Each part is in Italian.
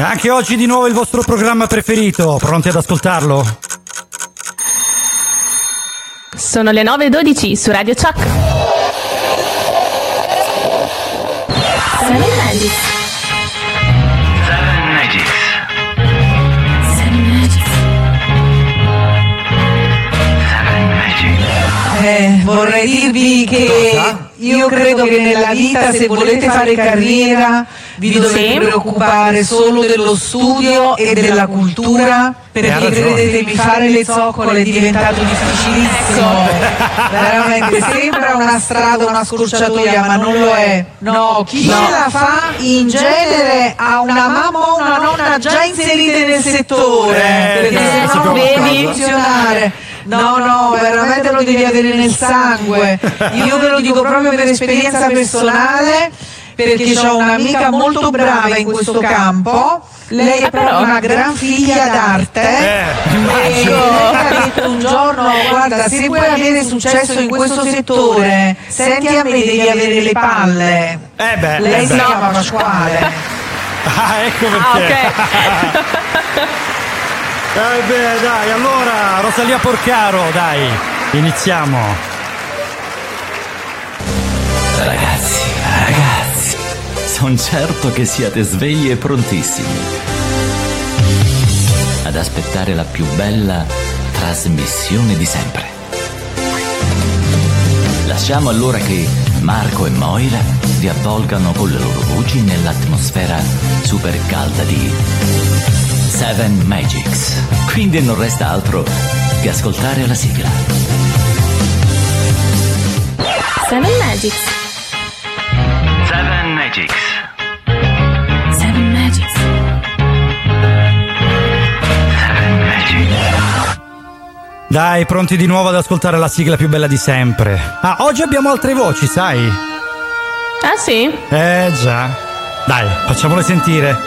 Anche oggi di nuovo il vostro programma preferito, pronti ad ascoltarlo? Sono le 9:12 su Radio Chuck. Seven Magics. Seven Magics. Seven Magics. Seven Magics. Vorrei dirvi che io credo che nella vita, se volete fare carriera, vi dovete preoccupare solo dello studio e della cultura, perché credetemi, fare le zoccole è diventato difficilissimo. Veramente sembra una strada, una scorciatoia, ma non lo è. No, chi ce la fa in genere ha una mamma o una nonna già inserite nel settore, perché se no non può funzionare. No, veramente lo devi avere nel sangue. Io ve lo dico proprio per esperienza personale, perché ho un'amica molto brava in questo campo. Lei è proprio una gran figlia d'arte e lei mi ha detto un giorno: guarda, se vuoi avere successo in questo settore, senti a me, devi avere le palle. Lei si chiama Pasquale. Ecco perché. Dai, allora Rosalia Porcaro, dai, iniziamo. Ragazzi, son certo che siate svegli e prontissimi ad aspettare la più bella trasmissione di sempre. Lasciamo allora che Marco e Moira vi avvolgano con le loro voci nell'atmosfera super calda di Seven Magics. Quindi non resta altro che ascoltare la sigla. Seven Magics. Seven Magics. Seven Magics. Seven Magics. Dai, pronti di nuovo ad ascoltare la sigla più bella di sempre. Oggi abbiamo altre voci, sai? Ah sì? Già. Dai, facciamole sentire.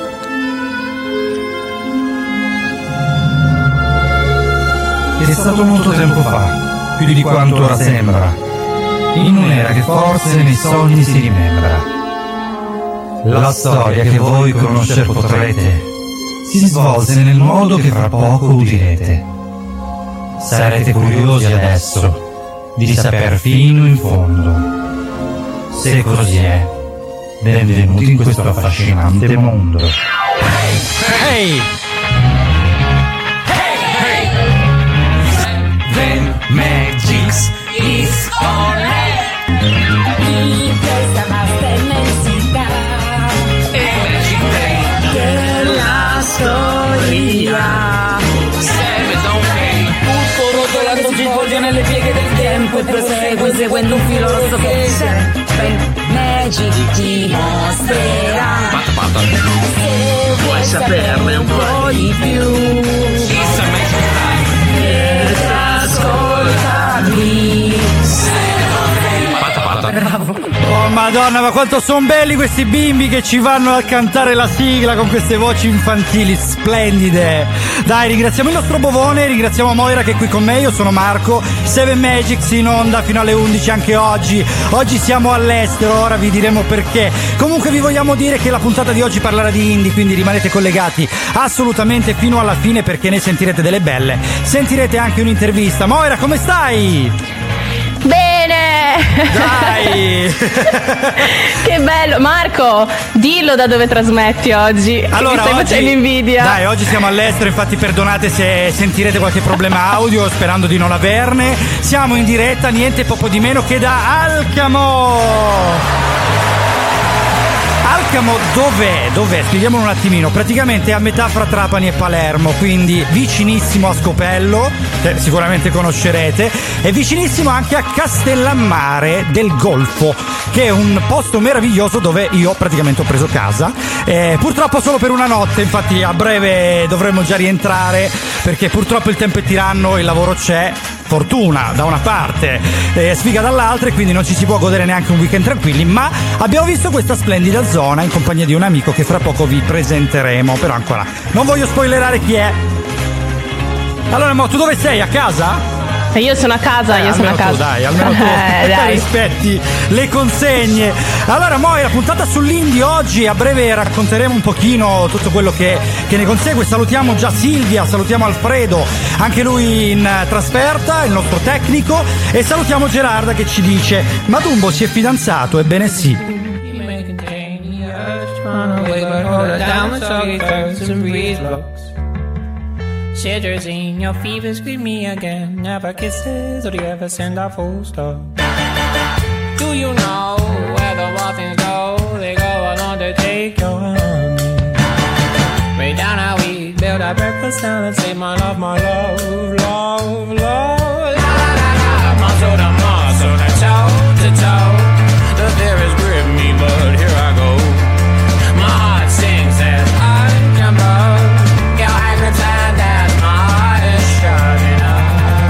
È stato molto tempo fa, più di quanto ora sembra, in un'era che forse nei sogni si rimembra. La storia che voi conoscere potrete si svolse nel modo che fra poco udirete. Sarete curiosi adesso di saper fino in fondo. Se così è, benvenuti in questo affascinante mondo. Ehi! Magics is on air. In questa vasta immensità della storia, tutto rotolando si svolge nelle pieghe del tempo e prosegue seguendo un filo rosso che Seven Magic ti mostrerà. Se vuoi saperne un po' di più, ascoltami. Bravo. Oh madonna, ma quanto sono belli questi bimbi che ci vanno a cantare la sigla con queste voci infantili splendide. Dai, ringraziamo il nostro Bovone, ringraziamo Moira che è qui con me. Io sono Marco. Seven Magics in onda fino alle 11 anche oggi. Oggi siamo all'estero, ora vi diremo perché. Comunque vi vogliamo dire che la puntata di oggi parlerà di indie, quindi rimanete collegati assolutamente fino alla fine, perché ne sentirete delle belle. Sentirete anche un'intervista. Moira, come stai? Bene! Dai! Che bello! Marco, dillo da dove trasmetti oggi. Allora, mi stai facendo invidia. Dai, oggi siamo all'estero, infatti perdonate se sentirete qualche problema audio, sperando di non averne. Siamo in diretta, niente poco di meno che da Alcamo. Alcamo dov'è? Spieghiamolo un attimino. Praticamente è a metà fra Trapani e Palermo, quindi vicinissimo a Scopello, sicuramente conoscerete, e vicinissimo anche a Castellammare del Golfo, che è un posto meraviglioso dove io praticamente ho preso casa, purtroppo solo per una notte. Infatti a breve dovremmo già rientrare, perché purtroppo il tempo è tiranno, il lavoro c'è, fortuna da una parte, sfiga dall'altra, e quindi non ci si può godere neanche un weekend tranquilli, ma abbiamo visto questa splendida zona in compagnia di un amico che fra poco vi presenteremo, però ancora non voglio spoilerare chi è. Allora, Mo, tu dove sei? A casa? Io sono a casa, Tu, dai, almeno tu dai. rispetti le consegne. Allora Moira, puntata sull'indie oggi, a breve racconteremo un pochino tutto quello che ne consegue. Salutiamo già Silvia, salutiamo Alfredo, anche lui in trasferta, il nostro tecnico, e salutiamo Gerarda che ci dice: ma Dumbo si è fidanzato? Ebbene sì. Shivers in your fever, scream me again. Never kisses, or do you ever send a full stop? Do you know where the waffles go? They go along to take your honey. Way down how we build our breakfast down and say my love, love, love. La la la, muscle to muscle, to toe. The fear has gripped me, but here I go. My heart sings as I jump up. Girl, I pretend that my heart is shutting up.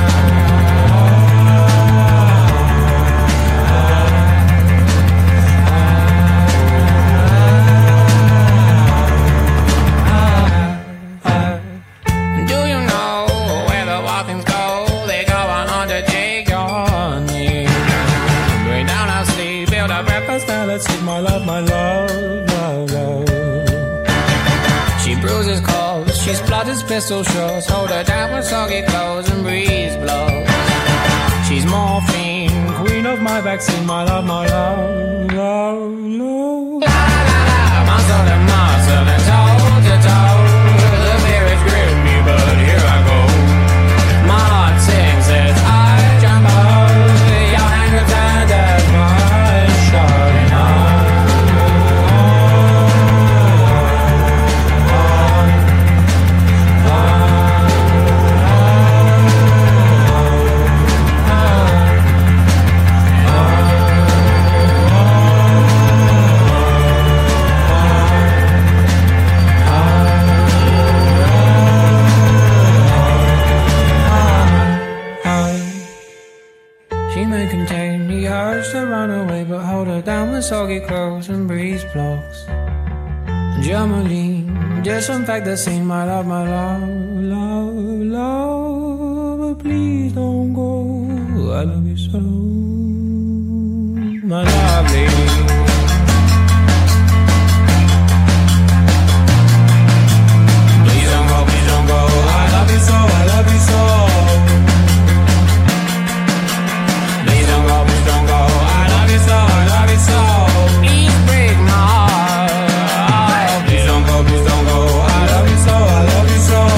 Do you know where the walkings go? They go on to take your honey. Way down our sleep, build a breakfast, now let's eat my love, love, love. She bruises calls, she splutters pistol shots. Hold her down with soggy clothes and breeze blows. She's morphine, queen of my vaccine, my love, love, love. La la la, muscle to muscle and toe to toe. The fear has gripped me, but here I go. My heart sings as I jump out. Your hand gets tied as my eyes shutting out. She may contain the urge to run away, but hold her down with soggy clothes and breeze blocks. Germaline, disinfect the scene, my love, love, love. But please don't go, I love you so, my lovely. Please don't go, I love you so, I love you so. Please don't go, I love you so, I love you so. Please break my heart. Please don't go, I love you so, I love you so.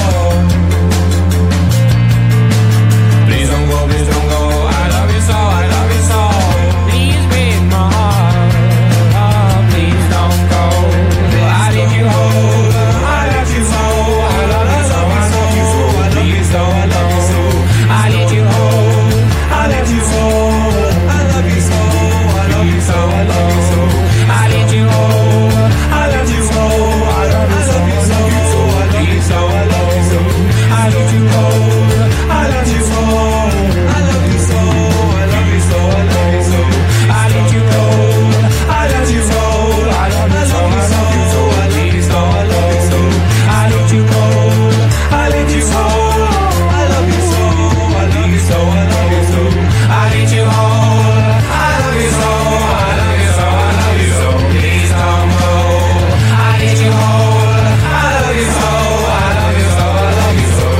Please don't go, I love you so, I love you so. Please break my heart. Please don't go, I need you hold. I love you so, I love you so, I love you so. Please don't go, I need you hold. I love you so, I love you so, I love you so, I love you so. I need you hold. I love you so, I love you so, I love you so, I love you so, I love you so. I need you hold. I love you so, I love you so, I love you so, I love you so. I need you hold. I love you so, I love you so, I love you so, I love you so, I love you so. I need you hold. I need you so, I love you so, I love you so, I love you so. I need you hold. I love you so, I love you so, I love you so. Please don't go. I need you hold. I love you so, I love you so, I love you so.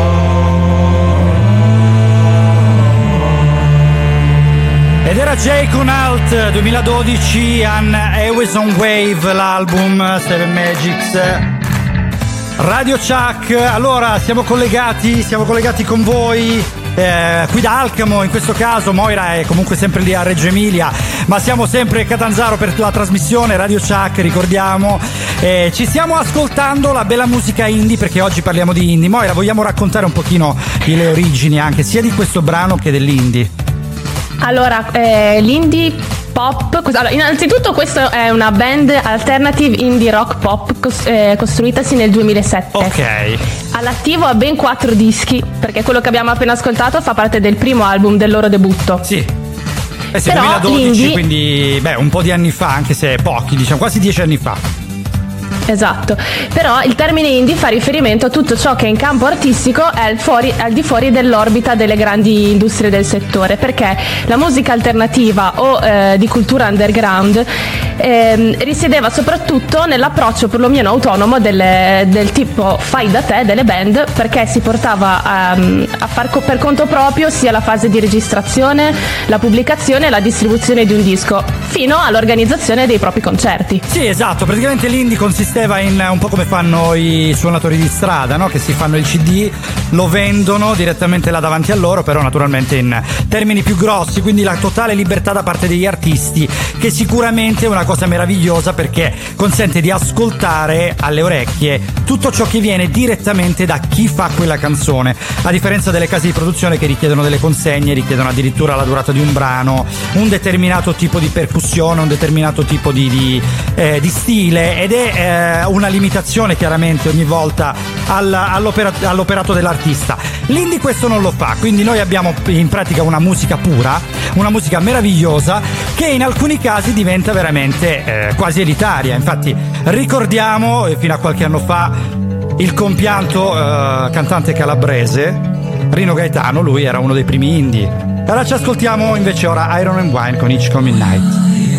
Ed era Jay con Alt 2012, Always on Wave, l'album Seven Magics. Radio Chuck, allora siamo collegati con voi qui da Alcamo, in questo caso Moira è comunque sempre lì a Reggio Emilia, ma siamo sempre a Catanzaro per la trasmissione Radio Chuck, ricordiamo. Ci stiamo ascoltando la bella musica indie, perché oggi parliamo di indie. Moira, vogliamo raccontare un pochino le origini anche sia di questo brano che dell'indie? Allora, l'indie pop. Allora, innanzitutto questa è una band alternative indie rock pop costruitasi nel 2007. Ok. All'attivo ha ben 4 dischi, perché quello che abbiamo appena ascoltato fa parte del primo album del loro debutto. Sì. Sì, però 2012, l'indie, quindi un po' di anni fa, anche se pochi, diciamo quasi 10 anni fa. Esatto, però il termine indie fa riferimento a tutto ciò che in campo artistico è al di fuori dell'orbita delle grandi industrie del settore, perché la musica alternativa o di cultura underground risiedeva soprattutto nell'approccio perlomeno autonomo del tipo fai da te delle band, perché si portava a far per conto proprio sia la fase di registrazione, la pubblicazione e la distribuzione di un disco, fino all'organizzazione dei propri concerti. Sì, esatto, praticamente l'indie consisteva in un po' come fanno i suonatori di strada, no? Che si fanno il CD, lo vendono direttamente là davanti a loro, però naturalmente in termini più grossi, quindi la totale libertà da parte degli artisti, che sicuramente è una cosa meravigliosa perché consente di ascoltare alle orecchie tutto ciò che viene direttamente da chi fa quella canzone, a differenza delle case di produzione che richiedono delle consegne, richiedono addirittura la durata di un brano, un determinato tipo di percussione, un determinato tipo di stile, ed è una limitazione chiaramente ogni volta all'operato dell'artista. L'indie questo non lo fa, quindi noi abbiamo in pratica una musica pura, una musica meravigliosa che in alcuni casi diventa veramente quasi elitaria. Infatti ricordiamo fino a qualche anno fa il compianto cantante calabrese Rino Gaetano, lui era uno dei primi indie. Allora ci ascoltiamo invece ora Iron and Wine con Each Coming Night.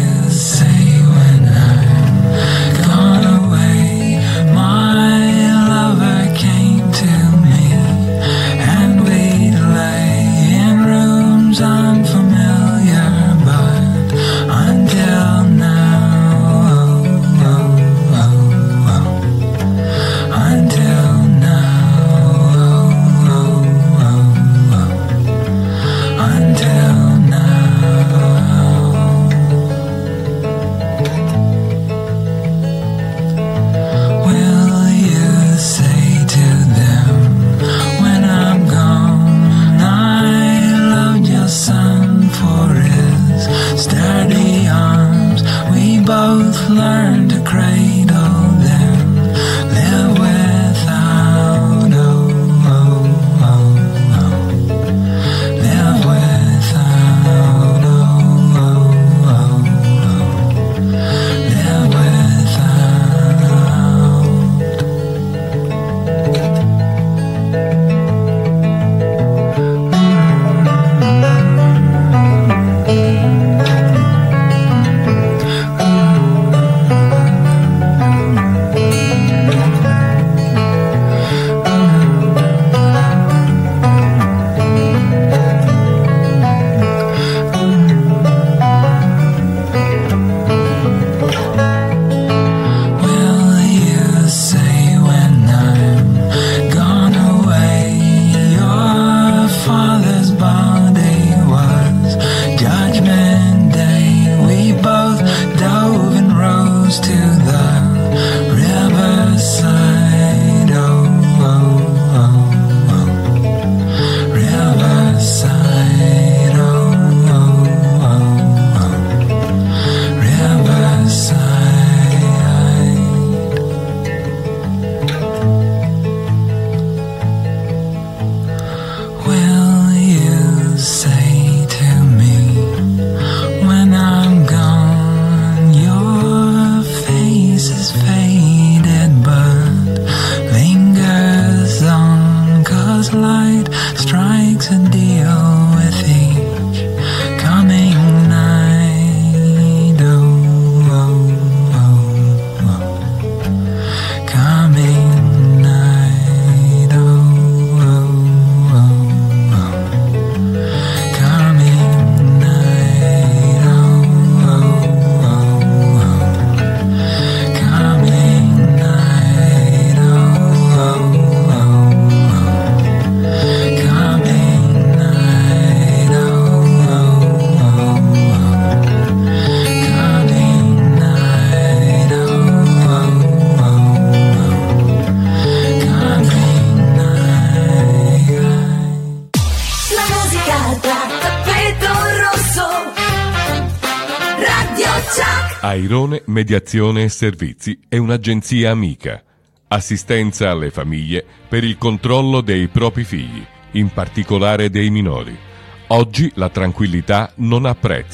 Airone Mediazione e Servizi è un'agenzia amica. Assistenza alle famiglie per il controllo dei propri figli, in particolare dei minori. Oggi la tranquillità non ha prezzo.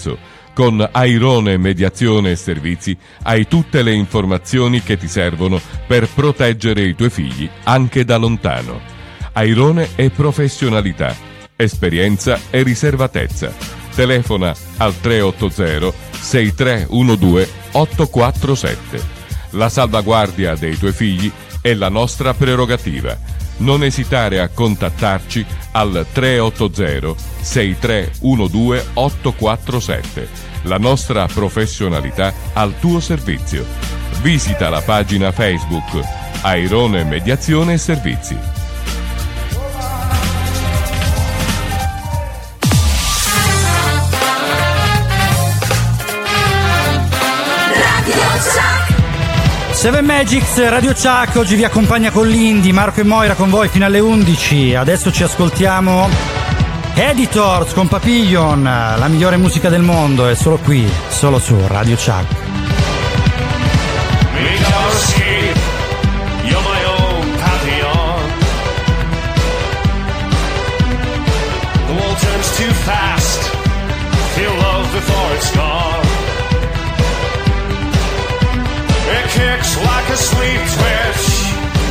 Con Airone Mediazione e Servizi hai tutte le informazioni che ti servono per proteggere i tuoi figli anche da lontano. Airone e professionalità, esperienza e riservatezza. Telefona al 380 6312 847. La salvaguardia dei tuoi figli è la nostra prerogativa. Non esitare a contattarci al 380 6312 847. La nostra professionalità al tuo servizio. Visita la pagina Facebook Airone Mediazione e Servizi. Seven Magics, Radio Chuck, oggi vi accompagna con l'Indie, Marco e Moira con voi fino alle 11. Adesso ci ascoltiamo Editors con Papillon, la migliore musica del mondo è solo qui, solo su Radio Chuck. You're my own Papillon. The world turns too fast. Feel love before it's gone. It kicks like a sleep twitch.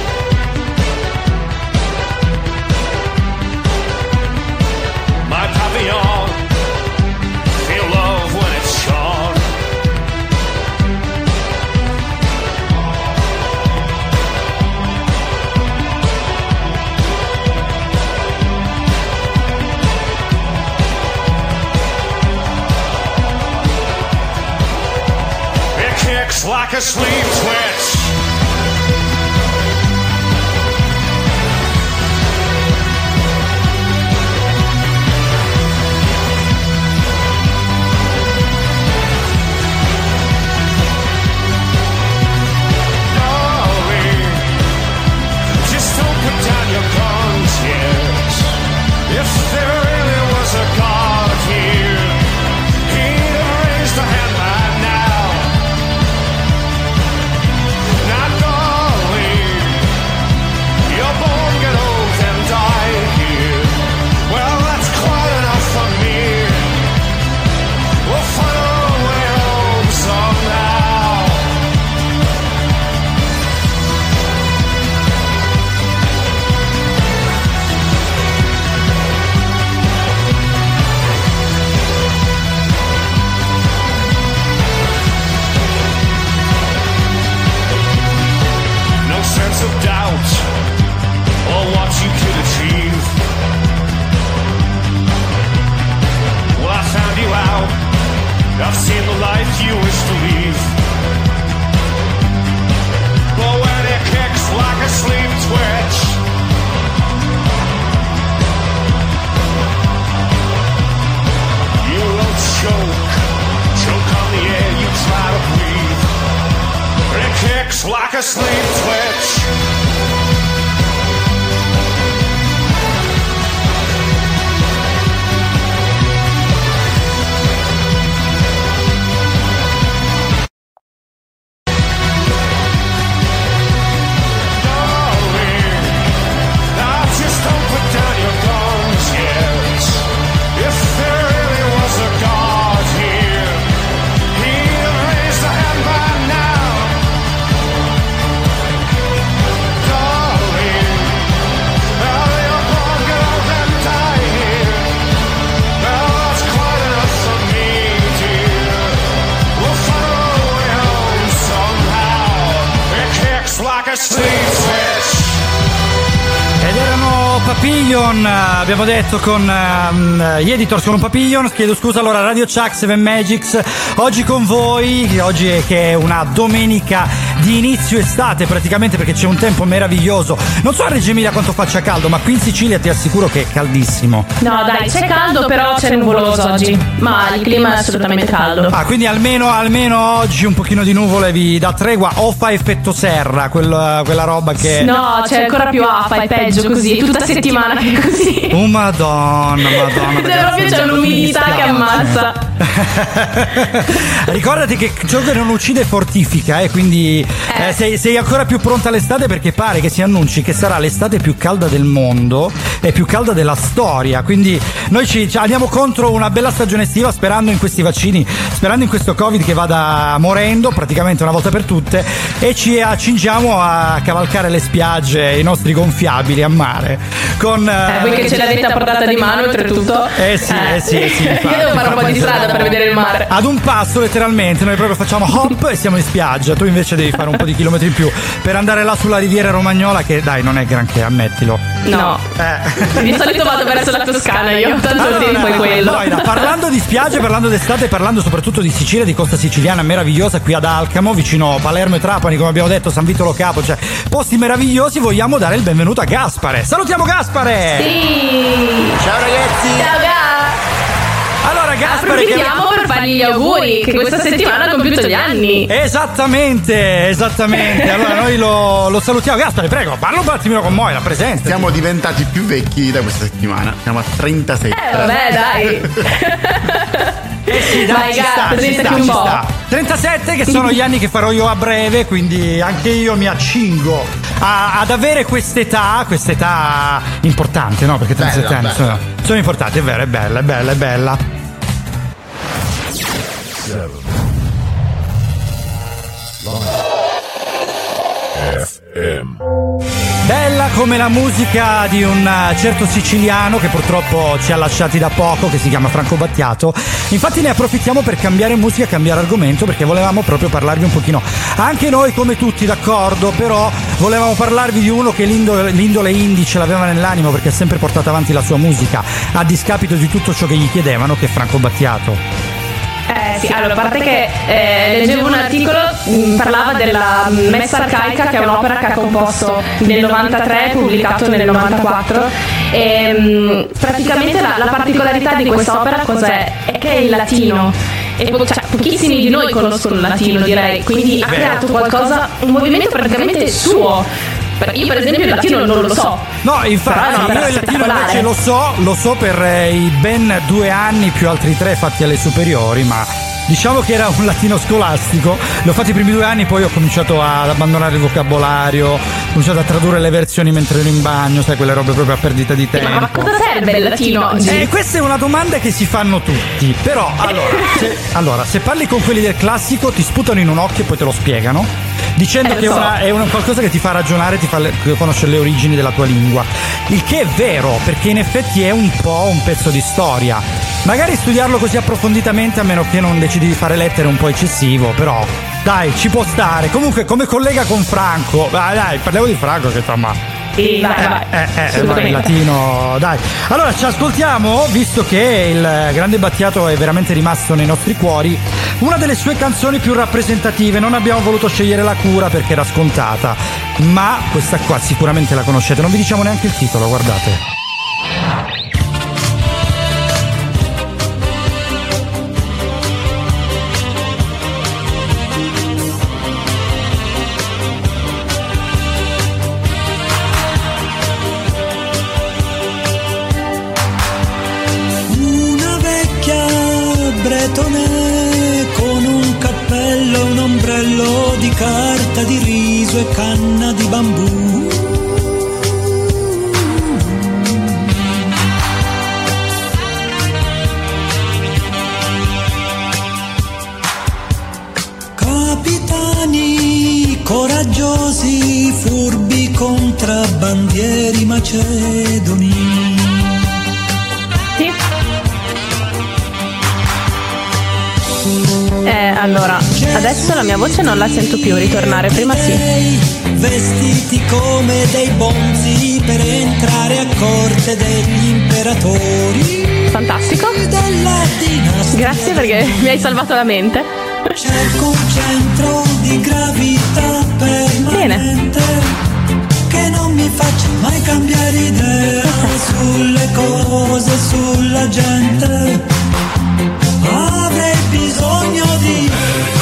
My Papillon. Feel love when it's gone. Like a sleep twitch. Darling, just don't put down your guns yet. If there really was a God here, he'd have raised a hand by now. Of doubt or what you could achieve. Well, I found you out. I've seen the life you wish to leave. But when it kicks like a sleep twitch, you will choke on the air you try to breathe. It kicks like a sleep twitch. Ed erano Papillon, abbiamo detto con gli Editors con un Papillon, chiedo scusa, allora Radio Chuck, Seven Magics, oggi con voi, oggi è che è una domenica di inizio estate praticamente perché c'è un tempo meraviglioso, non so a Reggio Emilia quanto faccia caldo, ma qui in Sicilia ti assicuro che è caldissimo. No dai, c'è caldo però c'è nuvoloso oggi, ma il clima è assolutamente caldo. Ah, quindi almeno oggi un pochino di nuvole vi dà tregua o fa effetto serra, quella roba che... No, c'è ancora più afa, è peggio così, è tutta settimana che è così. Oh madonna proprio c'è l'umidità che ammazza. Ricordati che ciò che non uccide fortifica, quindi sei ancora più pronta all'estate perché pare che si annunci che sarà l'estate più calda del mondo e più calda della storia, quindi noi ci andiamo contro una bella stagione estiva, sperando in questi vaccini, sperando in questo Covid che vada morendo praticamente una volta per tutte, e ci accingiamo a cavalcare le spiagge, i nostri gonfiabili a mare con voi che ce l'avete a portata di mano oltretutto. Sì, Io devo fare un po' di strada per vedere il mare. ad un passo letteralmente, noi proprio facciamo hop e siamo in spiaggia, tu invece devi fare un po' di chilometri in più per andare là sulla riviera romagnola, che dai non è granché, ammettilo. No, di solito vado verso la Toscana io, tanto il tempo è quello. Moira, parlando di spiagge, parlando d'estate, parlando soprattutto di Sicilia, di costa siciliana meravigliosa qui ad Alcamo, vicino Palermo e Trapani, come abbiamo detto, San Vito Lo Capo, cioè posti meravigliosi, vogliamo dare il benvenuto a Gaspare. Salutiamo Gaspare! Sì! Ciao ragazzi! Ciao Allora Gaspare, approfittiamo per fargli gli auguri che questa settimana ha compiuto gli anni. Esattamente. Allora noi lo salutiamo. Gaspare, prego, parla un attimino con Moira, presente. Siamo diventati più vecchi da questa settimana. Siamo a 37. Vabbè, dai. Sì, dai, ci sta, presentati un po'. 37 che sono gli anni che farò io a breve, quindi anche io mi accingo ad avere quest'età importante, no? Perché 37 anni sono importanti, è vero, è bella. Bella come la musica di un certo siciliano che purtroppo ci ha lasciati da poco, che si chiama Franco Battiato. Infatti ne approfittiamo per cambiare musica, cambiare argomento, perché volevamo proprio parlarvi un pochino anche noi come tutti, d'accordo, però volevamo parlarvi di uno che l'indole indie ce l'aveva nell'animo, perché ha sempre portato avanti la sua musica a discapito di tutto ciò che gli chiedevano, che è Franco Battiato. Sì, allora, a parte che leggevo un articolo, parlava della Messa Arcaica, che è un'opera che ha composto nel 93 e pubblicato nel 94. E, praticamente la particolarità di questa opera cos'è? È che è in latino. E pochissimi di noi conoscono il latino, direi, quindi ha creato qualcosa, un movimento praticamente suo. Io per esempio il latino non lo so. No, infatti io il latino invece lo so per i ben 2 anni più altri 3 fatti alle superiori, ma diciamo che era un latino scolastico. L'ho fatto i primi 2 anni, poi ho cominciato ad abbandonare il vocabolario, ho cominciato a tradurre le versioni mentre ero in bagno, sai, quelle robe proprio a perdita di tempo. Ma cosa serve il latino oggi? Questa è una domanda che si fanno tutti. Però allora, se parli con quelli del classico ti sputano in un occhio e poi te lo spiegano, dicendo che è una qualcosa che ti fa ragionare, ti fa conoscere le origini della tua lingua. Il che è vero, perché in effetti è un po' un pezzo di storia. Magari studiarlo così approfonditamente, a meno che non decidi di fare lettere, è un po' eccessivo, però dai, ci può stare. Comunque come collega con Franco, dai, parliamo di Franco che insomma il latino, dai. Allora ci ascoltiamo, visto che il grande Battiato è veramente rimasto nei nostri cuori, una delle sue canzoni più rappresentative. Non abbiamo voluto scegliere La Cura perché era scontata, ma questa qua sicuramente la conoscete, non vi diciamo neanche il titolo, guardate. Con un cappello, un ombrello di carta di riso e canna di bambù. Capitani coraggiosi, furbi contrabbandieri macedoni. Allora, adesso la mia voce non la sento più ritornare, prima sì. Vestiti come dei bonzi per entrare a corte degli imperatori. Fantastico. Grazie perché mi hai salvato la mente. Cerco un centro di gravità permanente. Bene. Che non mi faccia mai cambiare idea sulle cose, sulla gente. Avrei bisogno di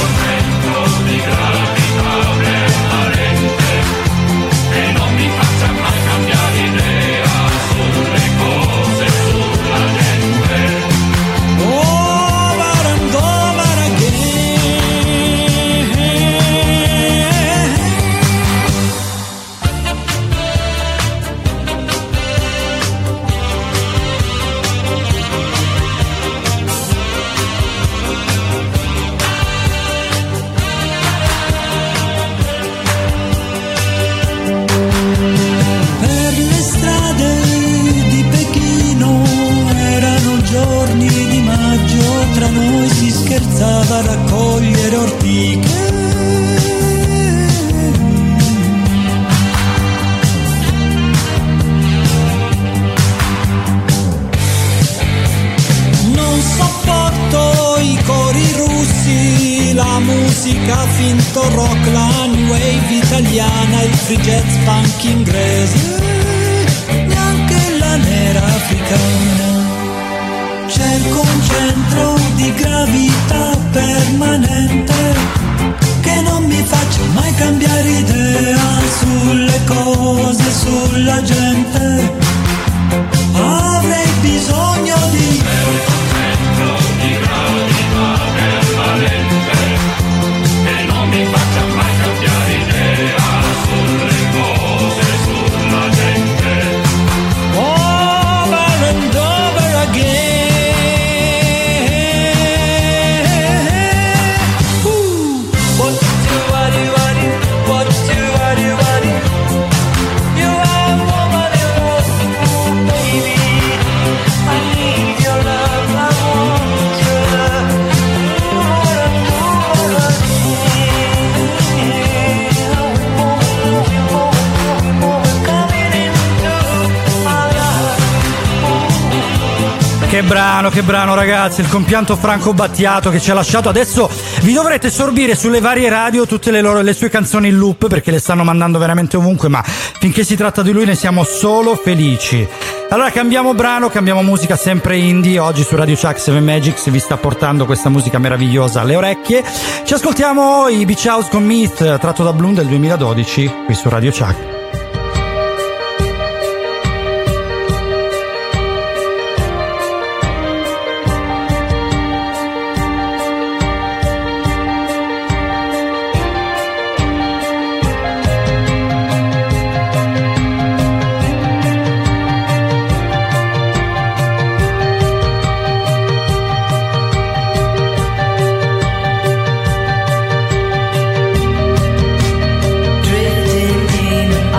gravità permanente che non mi faccia mai cambiare idea sulle cose, sulla gente. Over and over again. raccogliere ortiche. Non sopporto i cori russi, la musica finto rock, la new wave italiana, il free jazz punk inglese, neanche la nera africana. Cerco un centro di gravità permanente che non mi faccia mai cambiare idea sulle cose, sulla gente. Avrei bisogno di un centro di gravità permanente che non mi faccia mai cambiare idea sulle cose, sulla gente. Over and over again. Che brano ragazzi, il compianto Franco Battiato che ci ha lasciato. Adesso vi dovrete sorbire sulle varie radio tutte le sue canzoni in loop, perché le stanno mandando veramente ovunque, ma finché si tratta di lui ne siamo solo felici. Allora cambiamo brano, cambiamo musica, sempre indie. Oggi su Radio Chuck 7 Magics vi sta portando questa musica meravigliosa alle orecchie. Ci ascoltiamo i Beach House con Myth, tratto da Bloom del 2012 qui su Radio Chuck. Drifting in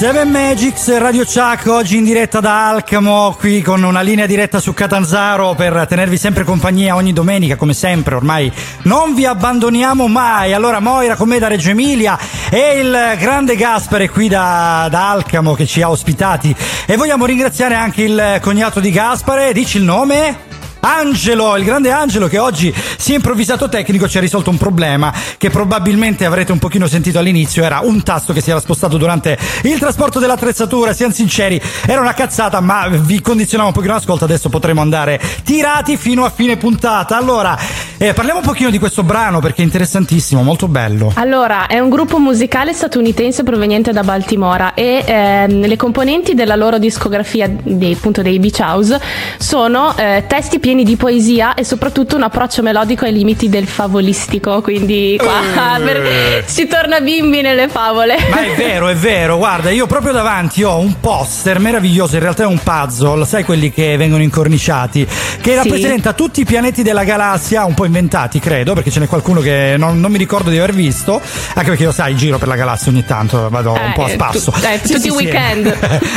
Seven Magics, Radio Chuck, oggi in diretta da Alcamo, qui con una linea diretta su Catanzaro per tenervi sempre compagnia ogni domenica, come sempre, ormai non vi abbandoniamo mai. Allora Moira con me da Reggio Emilia e il grande Gaspare qui da Alcamo che ci ha ospitati, e vogliamo ringraziare anche il cognato di Gaspare, dici il nome? Angelo, il grande Angelo, che oggi si è improvvisato tecnico, ci ha risolto un problema che probabilmente avrete un pochino sentito all'inizio. Era un tasto che si era spostato durante il trasporto dell'attrezzatura, siamo sinceri, era una cazzata, ma vi condizionava un pochino l'ascolto. Adesso potremo andare tirati fino a fine puntata. Allora, parliamo un pochino di questo brano perché è interessantissimo, molto bello. Allora, è un gruppo musicale statunitense proveniente da Baltimora e le componenti della loro discografia dei Beach House sono testi pieni di poesia e soprattutto un approccio melodico ai limiti del favolistico, quindi qua si torna bimbi nelle favole. Ma è vero, guarda, io proprio davanti ho un poster meraviglioso, in realtà è un puzzle, sai quelli che vengono incorniciati, che rappresenta tutti i pianeti della galassia, un po' inventati credo, perché ce n'è qualcuno che non mi ricordo di aver visto, anche perché io sai, giro per la galassia ogni tanto, vado un po' a spasso. Tutti i weekend.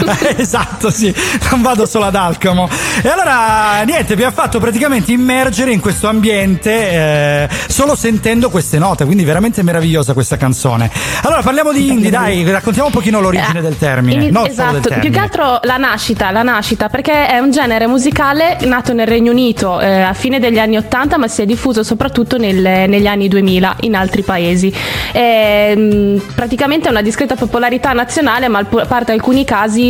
Esatto, sì, non vado solo ad Alcamo. E allora niente, abbiamo fatto praticamente immergere in questo ambiente solo sentendo queste note, quindi veramente meravigliosa questa canzone. Allora parliamo di indie, dai, raccontiamo un pochino l'origine del termine. Esatto, più che altro la nascita, perché è un genere musicale nato nel Regno Unito a fine degli anni 80, ma si è diffuso soprattutto negli anni 2000 in altri paesi. Praticamente è una discreta popolarità nazionale, ma a parte alcuni casi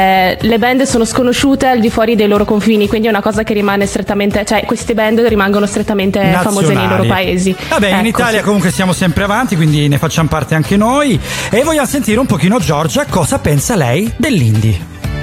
le band sono sconosciute al di fuori dei loro confini, quindi è una cosa che rimane strettamente, cioè queste band rimangono strettamente famose nei loro paesi. Vabbè, in Italia comunque siamo sempre avanti, quindi ne facciamo parte anche noi, e vogliamo sentire un pochino Giorgia cosa pensa lei dell'indie.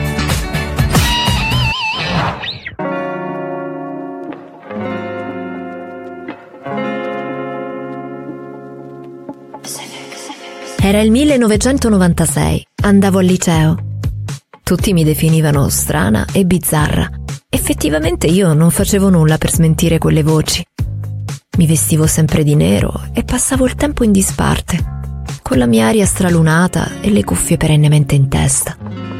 Era il 1996, andavo al liceo. Tutti mi definivano strana e bizzarra. Effettivamente io non facevo nulla per smentire quelle voci. Mi vestivo sempre di nero e passavo il tempo in disparte, con la mia aria stralunata e le cuffie perennemente in testa.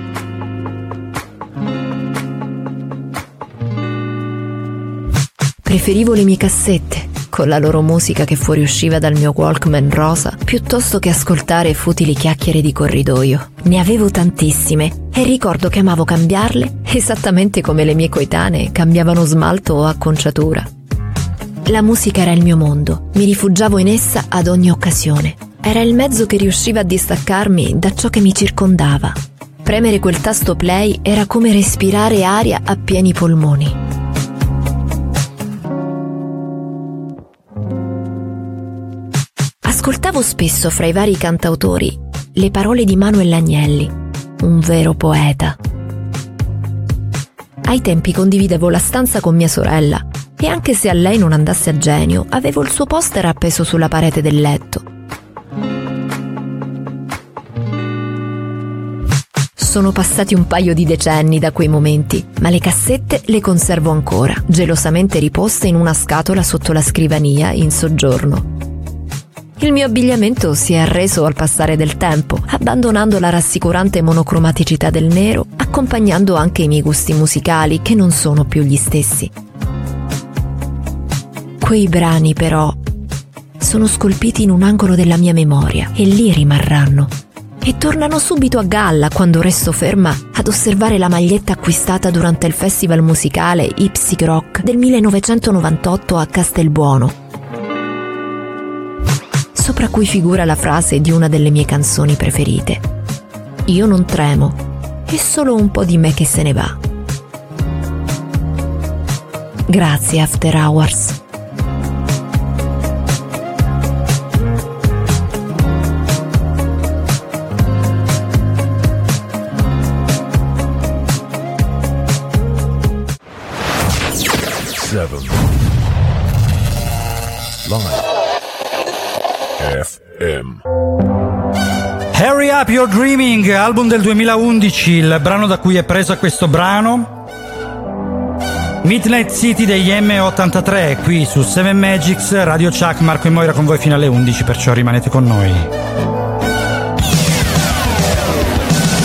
Preferivo le mie cassette, con la loro musica che fuoriusciva dal mio Walkman rosa, piuttosto che ascoltare futili chiacchiere di corridoio. Ne avevo tantissime e ricordo che amavo cambiarle esattamente come le mie coetanee cambiavano smalto o acconciatura. La musica era il mio mondo, mi rifugiavo in essa ad ogni occasione. Era il mezzo che riusciva a distaccarmi da ciò che mi circondava. Premere quel tasto play era come respirare aria a pieni polmoni. Ascoltavo spesso fra i vari cantautori le parole di Manuel Agnelli, un vero poeta. Ai tempi condividevo la stanza con mia sorella e anche se a lei non andasse a genio, avevo il suo poster appeso sulla parete del letto. Sono passati un paio di decenni da quei momenti, ma le cassette le conservo ancora, gelosamente riposte in una scatola sotto la scrivania in soggiorno. Il mio abbigliamento si è arreso al passare del tempo, abbandonando la rassicurante monocromaticità del nero, accompagnando anche i miei gusti musicali che non sono più gli stessi. Quei brani, però, sono scolpiti in un angolo della mia memoria e lì rimarranno. E tornano subito a galla quando resto ferma ad osservare la maglietta acquistata durante il festival musicale Ipsy Rock del 1998 a Castelbuono, sopra cui figura la frase di una delle mie canzoni preferite. Io non tremo, è solo un po' di me che se ne va. Grazie After Hours. FM. Hurry Up Your Dreaming, album del 2011, il brano da cui è preso questo brano. Midnight City degli M83, qui su Seven Magics, Radio Chuck, Marco e Moira con voi fino alle 11, perciò rimanete con noi.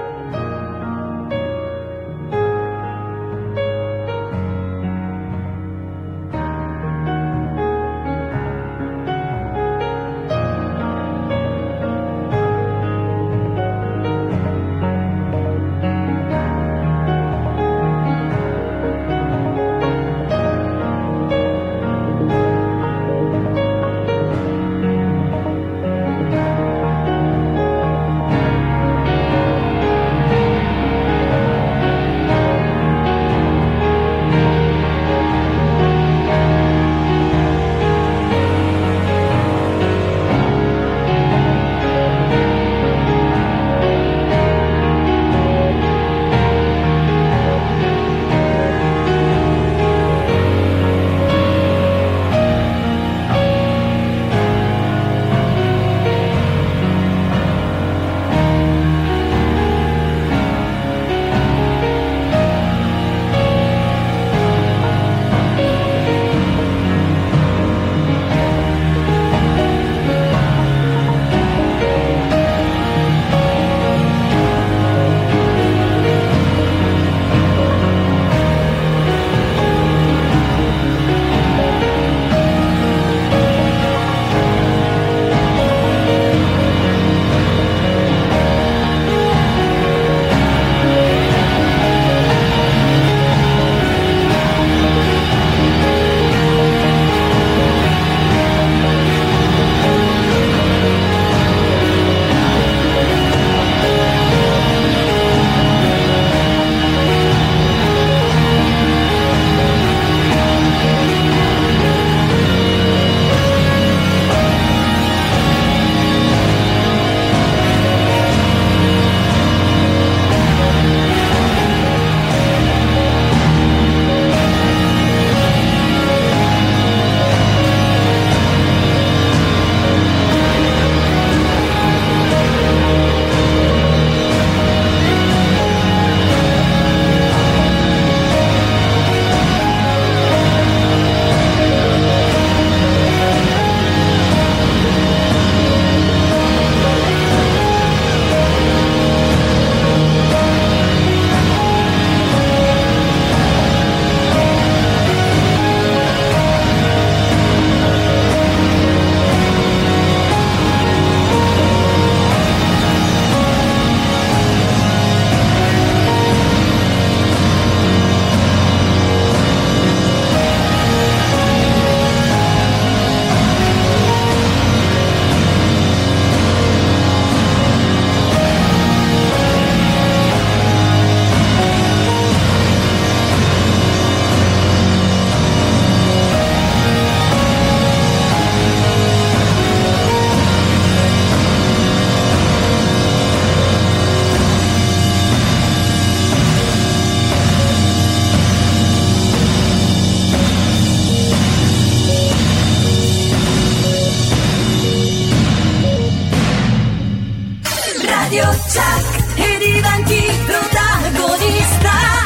Radio Chuck e diventi protagonista.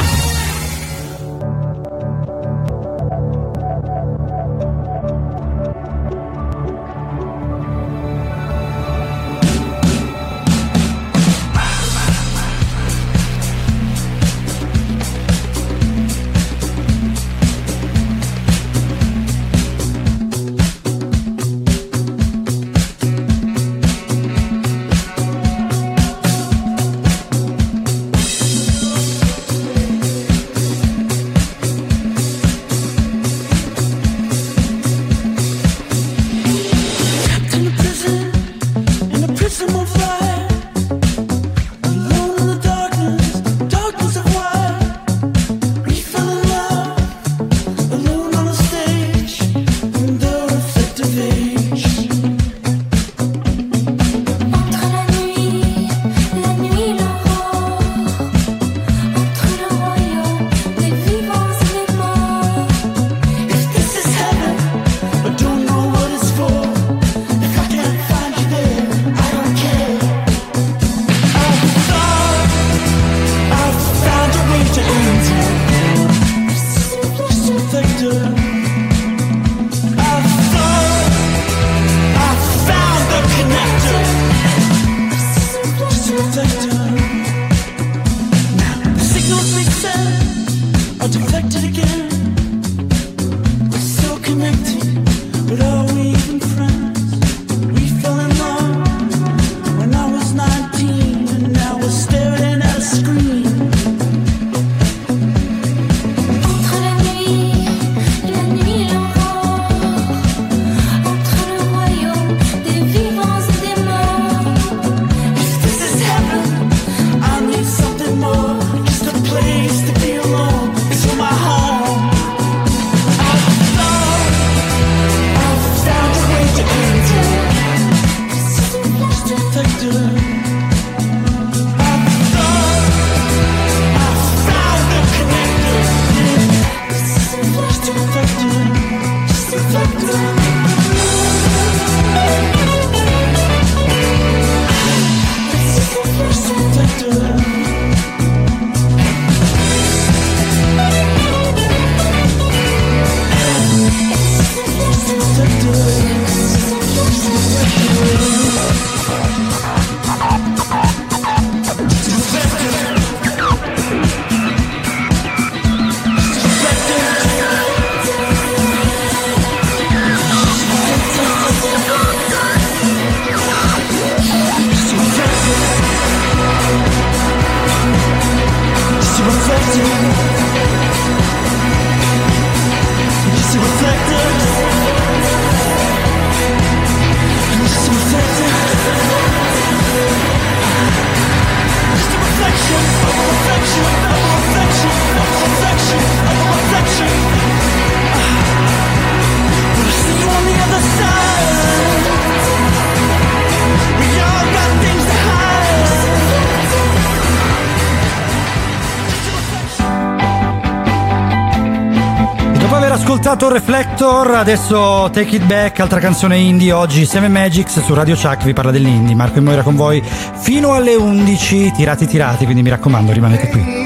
ascoltato Reflector, adesso Take It Back, altra canzone indie. Oggi Seven Magics su Radio Chuck vi parla dell'indie. Marco e Moira con voi fino alle 11, tirati, quindi mi raccomando rimanete qui.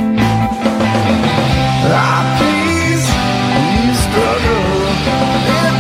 Please, you struggle.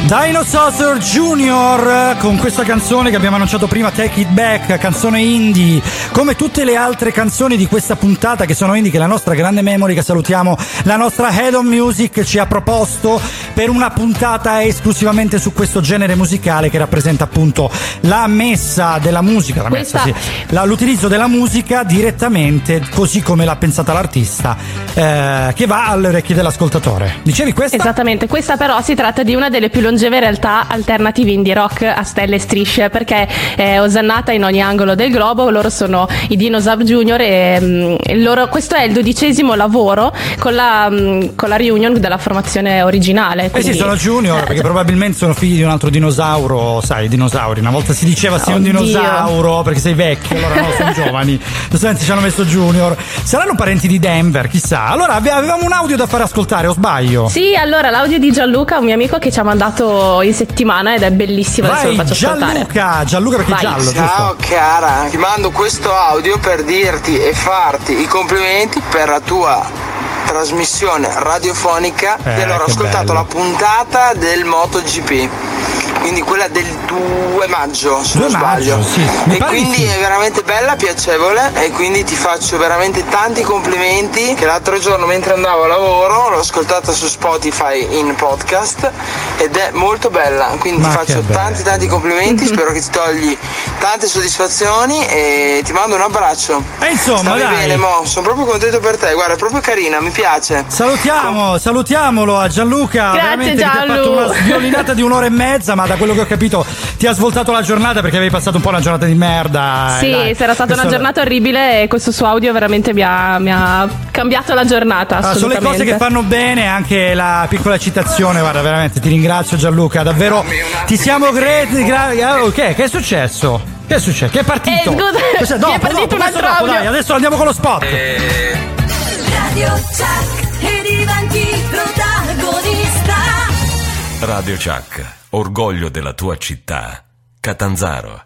Dinosaur Junior con questa canzone che abbiamo annunciato prima, Take It Back, canzone indie, come tutte le altre canzoni di questa puntata che sono indie, che la nostra grande memory, che salutiamo, la nostra Head on Music ci ha proposto per una puntata esclusivamente su questo genere musicale che rappresenta appunto la messa della musica, l'utilizzo della musica direttamente così come l'ha pensata l'artista, che va alle orecchie dell'ascoltatore. Dicevi questa? Esattamente, questa però si tratta di una delle più longeve realtà alternative indie rock a stelle e strisce, perché è osannata in ogni angolo del globo. Loro sono i Dinosaur Junior e questo è il 12° lavoro con la reunion della formazione originale. Quindi, sì, sono junior perché probabilmente sono figli di un altro dinosauro, sai, i dinosauri. Una volta si diceva sei un dinosauro perché sei vecchio, allora no, sono giovani. Giustamente ci hanno messo junior. Saranno parenti di Denver, chissà. Allora avevamo un audio da fare ascoltare, o sbaglio? Sì, allora l'audio di Gianluca, un mio amico che ci ha mandato in settimana ed è bellissimo. Vai, adesso lo faccio ascoltare. Gianluca perché è giallo. Ciao cara, ti mando questo audio per dirti e farti i complimenti per la tua trasmissione radiofonica. Allora, ho ascoltato la puntata del MotoGP, quindi quella del 2 maggio se non sbaglio, e quindi è veramente bella, piacevole, e quindi ti faccio veramente tanti complimenti, che l'altro giorno mentre andavo a lavoro l'ho ascoltata su Spotify in podcast ed è molto bella, quindi ti faccio tanti complimenti, spero che ti togli tante soddisfazioni e ti mando un abbraccio. E insomma, stai bene, Mo, sono proprio contento per te, guarda, è proprio carina, mi piace. Salutiamolo a Gianluca. Grazie, veramente Gianlu. ti ha fatto una sviolinata di un'ora e mezza, ma da quello che ho capito ti ha svoltato la giornata perché avevi passato un po' una giornata di merda. Sì, sarà stata una giornata orribile e questo suo audio veramente mi ha cambiato la giornata. Sono le cose che fanno bene, anche la piccola citazione, guarda, veramente ti ringrazio Gianluca, davvero ti siamo ok, che è successo? Che è successo? Che è partito? Scusa, mi è partito un altro audio. Dai, adesso andiamo con lo spot. Radio Chuck e diventi protagonista. Radio Chuck, orgoglio della tua città, Catanzaro.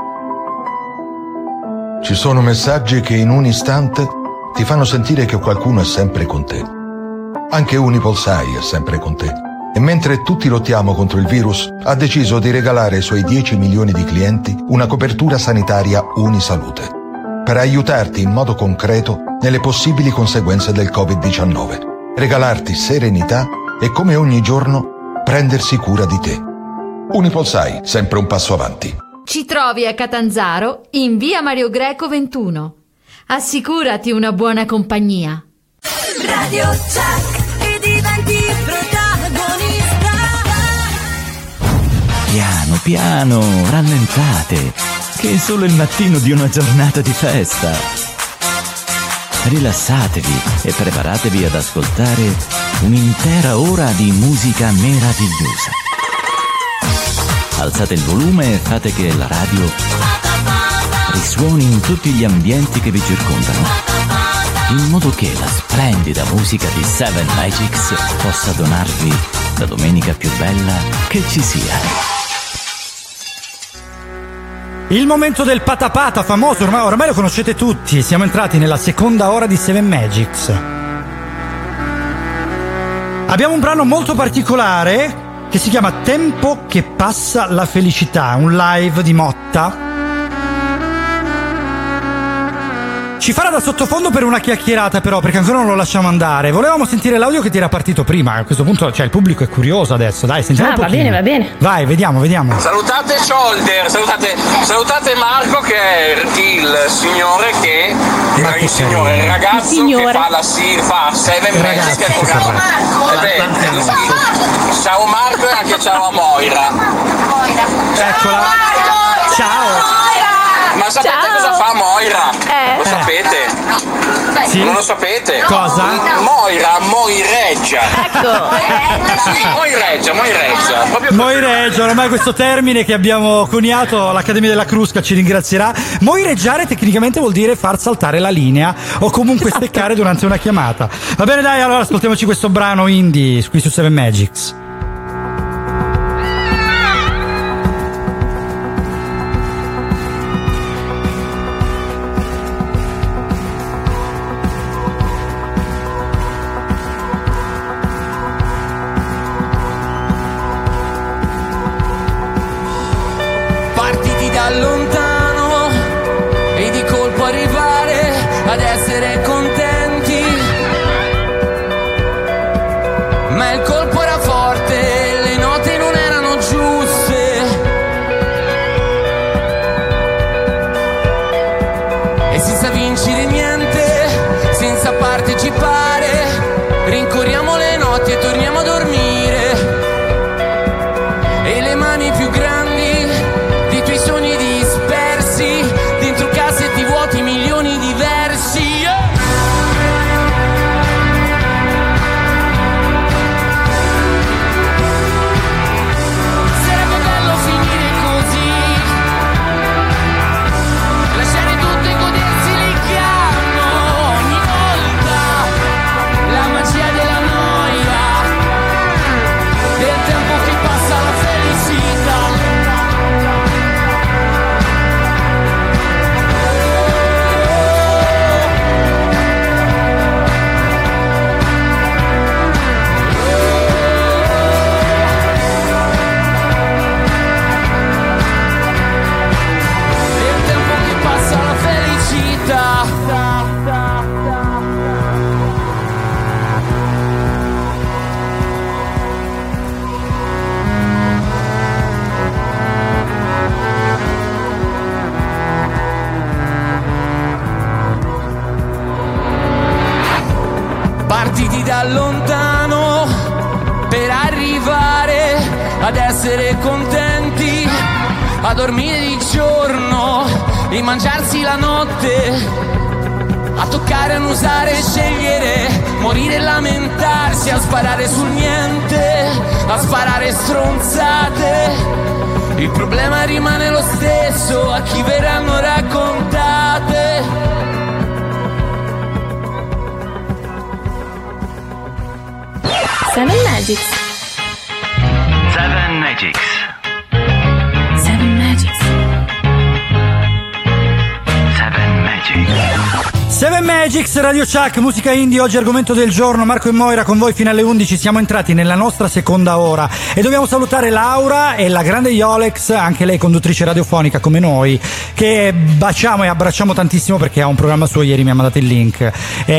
Ci sono messaggi che in un istante ti fanno sentire che qualcuno è sempre con te. Anche UnipolSai è sempre con te. E mentre tutti lottiamo contro il virus, ha deciso di regalare ai suoi 10 milioni di clienti una copertura sanitaria Unisalute, per aiutarti in modo concreto nelle possibili conseguenze del Covid-19, regalarti serenità e, come ogni giorno, prendersi cura di te. UnipolSai, sempre un passo avanti. Ci trovi a Catanzaro in via Mario Greco 21. Assicurati una buona compagnia. Radio Chuck e diventi protagonista. Piano, piano, rallentate, che è solo il mattino di una giornata di festa. Rilassatevi e preparatevi ad ascoltare un'intera ora di musica meravigliosa. Alzate il volume e fate che la radio risuoni in tutti gli ambienti che vi circondano, in modo che la splendida musica di Seven Magics possa donarvi la domenica più bella che ci sia. Il momento del patapata famoso, ormai lo conoscete tutti. Siamo entrati nella seconda ora di Seven Magics. Abbiamo un brano molto particolare che si chiama Tempo che passa la felicità, un live di Motta. Ci farà da sottofondo per una chiacchierata però, perché ancora non lo lasciamo andare. Volevamo sentire l'audio che ti era partito prima. A questo punto, cioè, il pubblico è curioso adesso. Dai, sentiamo un pochino. Va bene. Vai, vediamo. Salutate Shoulder, salutate Marco, che è il signore che il ragazzo che fa Seven Magics, che è il programma. Ciao Marco e anche ciao a Moira. Eccola. Ciao. Ma sapete cosa fa Moira? Lo sapete? Sì? Non lo sapete? Cosa? Moira moireggia. Ecco. Moireggia. Moireggia, ormai questo termine che abbiamo coniato, l'Accademia della Crusca ci ringrazierà. Moireggiare tecnicamente vuol dire far saltare la linea o comunque steccare durante una chiamata. Va bene, dai, allora ascoltiamoci questo brano indie qui su Seven Magics. da lontano e di colpo arrivare ad essere contenti, ma il colpo era forte, le note non erano giuste e senza vincere niente, senza partecipare, rincorriamo le notti e torniamo a dormire, e le mani più grandi dei tuoi sogni dispersi dentro cassetti vuoti, milioni di versi. Sarebbe bello finire così, lasciare tutto e godersi il chiamo ogni volta, la magia della noia, del tempo che passa, la felicità. Del tempo che passa, la felicità. Partiti da lontano per arrivare ad essere contenti, a dormire di giorno e mangiarsi la notte, a toccare, annusare, scegliere, morire e lamentarsi, a sparare sul niente, a sparare stronzate. Il problema rimane lo stesso, a chi verranno raccontate. Seven Magics. Seven Magics. Seven Magics. Seven Magics. Seven Magics, Radio Chuck, musica indie, oggi argomento del giorno. Marco e Moira con voi fino alle 11, siamo entrati nella nostra seconda ora e dobbiamo salutare Laura e la grande Yolex, anche lei conduttrice radiofonica come noi, che baciamo e abbracciamo tantissimo perché ha un programma suo, ieri mi ha mandato il link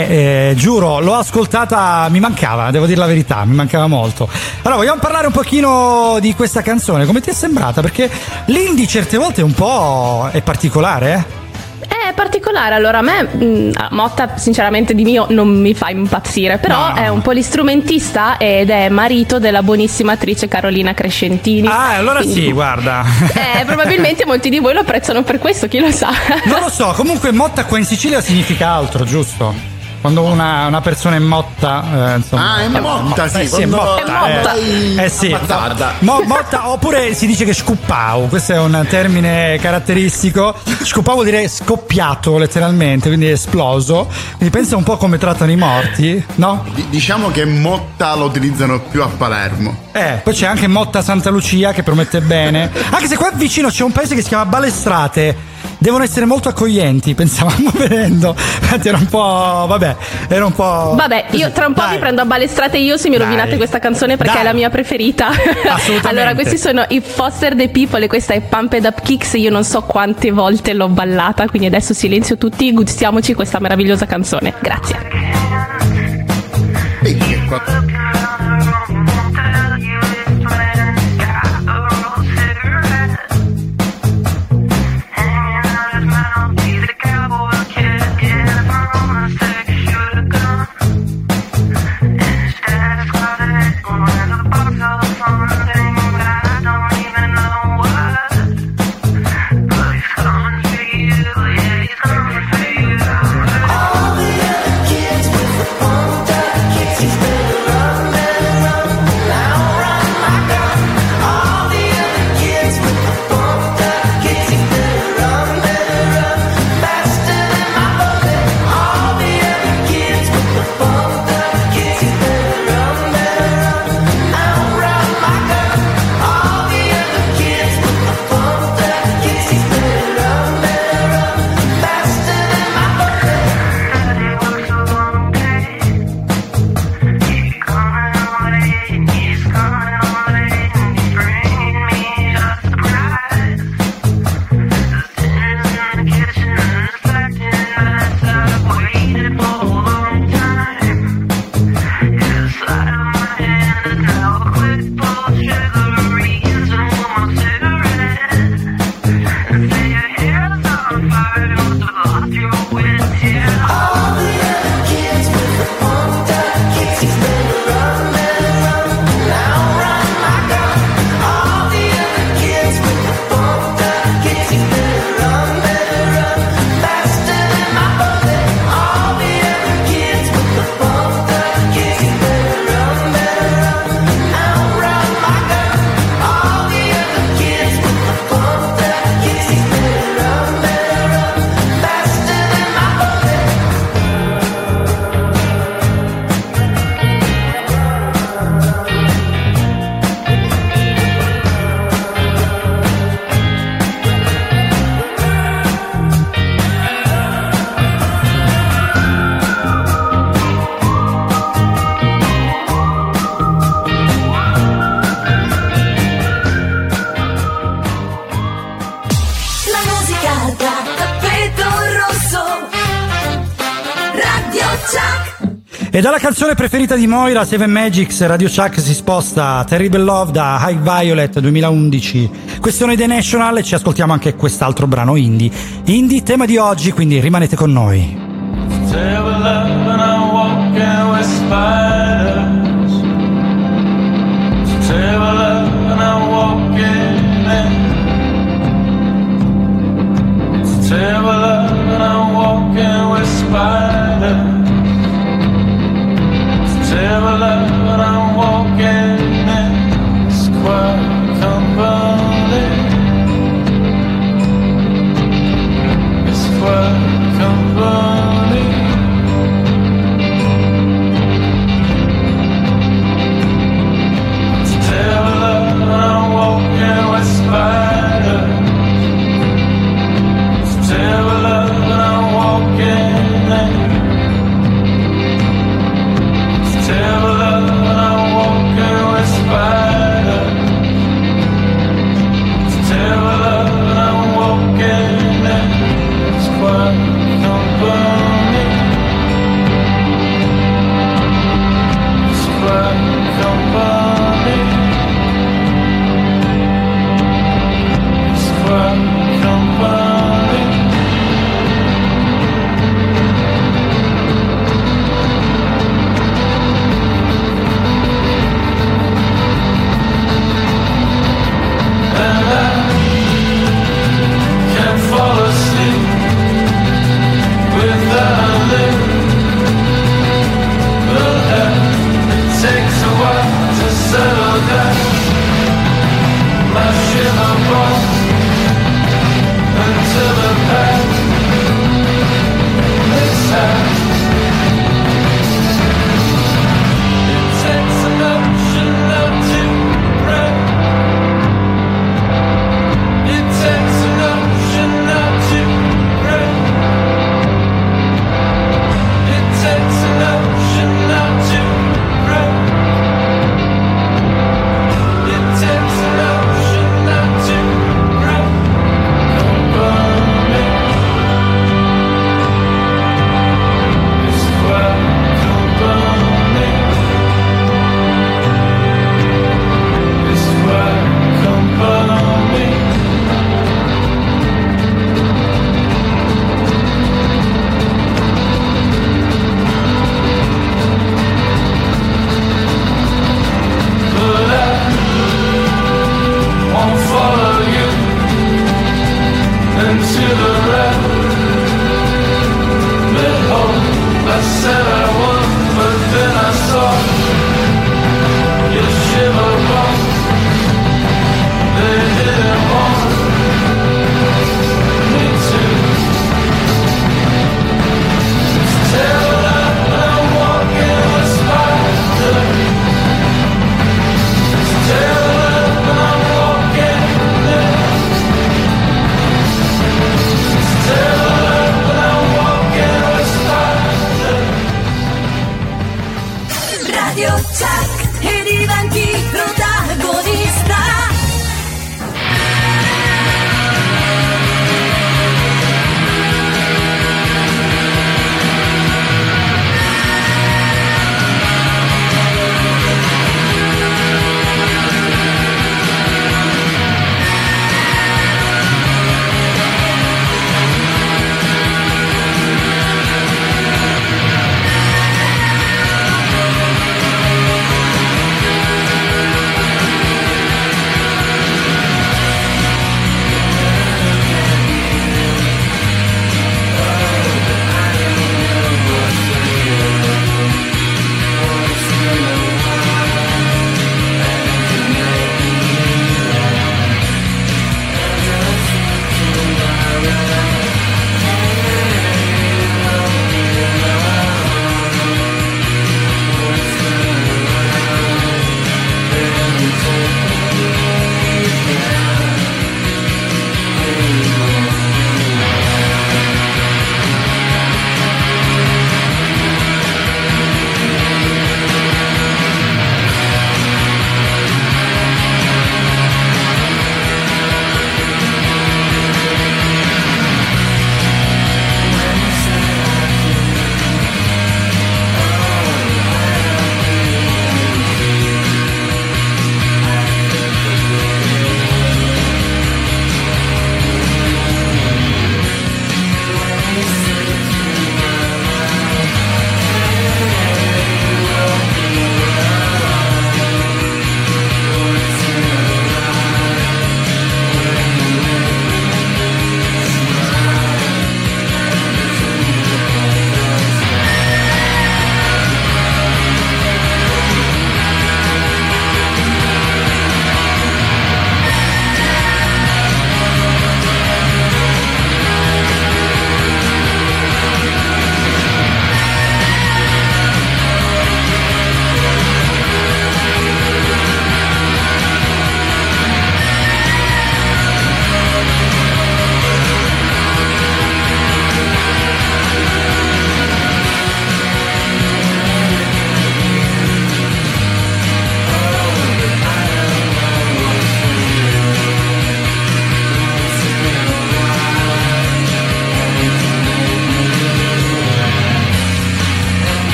e giuro, l'ho ascoltata, mi mancava, devo dire la verità, mi mancava molto. Allora vogliamo parlare un pochino di questa canzone, come ti è sembrata? Perché l'indie certe volte un po' è particolare, eh? È particolare, allora a me Motta sinceramente di mio non mi fa impazzire, però No. è un polistrumentista ed è marito della buonissima attrice Carolina Crescentini. Ah, allora Quindi, sì, guarda. probabilmente molti di voi lo apprezzano per questo, chi lo sa. Non lo so, comunque motta qua in Sicilia significa altro, giusto? Quando una persona è motta, insomma. Ah, è motta, sì, sì, è quando- motta. Sì. Ammazzata. Motta, oppure si dice che scuppau, questo è un termine caratteristico. Scuppau vuol dire scoppiato letteralmente, quindi esploso. Quindi pensa un po' come trattano i morti, no? Diciamo che motta lo utilizzano più a Palermo. Poi c'è anche Motta Santa Lucia che promette bene. Anche se qua vicino c'è un paese che si chiama Balestrate. Devono essere molto accoglienti, pensavamo vedendo. Infatti era un po'. Vabbè, era un po'. Vabbè, io tra un po' vi prendo a balestrate io se mi rovinate Dai. questa canzone perché Dai. è la mia preferita. Assolutamente. Allora, questi sono i Foster the People e questa è Pumped Up Kicks. Io non so quante volte l'ho ballata, quindi adesso silenzio tutti, gustiamoci questa meravigliosa canzone. Grazie. All the other kids with the pumped up kicks, he's better run. E dalla canzone preferita di Moira, Seven Magics, Radio Chuck si sposta a Terrible Love da High Violet 2011. Questione The National, e ci ascoltiamo anche quest'altro brano indie. Indie, tema di oggi, quindi rimanete con noi. Terrible love and I'm walking with spiders. Terrible love and I'm walking in. Terrible love and I'm walking with spiders. Terrible love and I'm walking in square company. Square company. Terrible love and I'm walking with spiders. Terrible love and I'm walking in. Terrible love and I'm walking with spiders. Terrible love and I'm walking in square company. Square company. Square company. And I can't fall asleep without a lick. Well, it takes a while to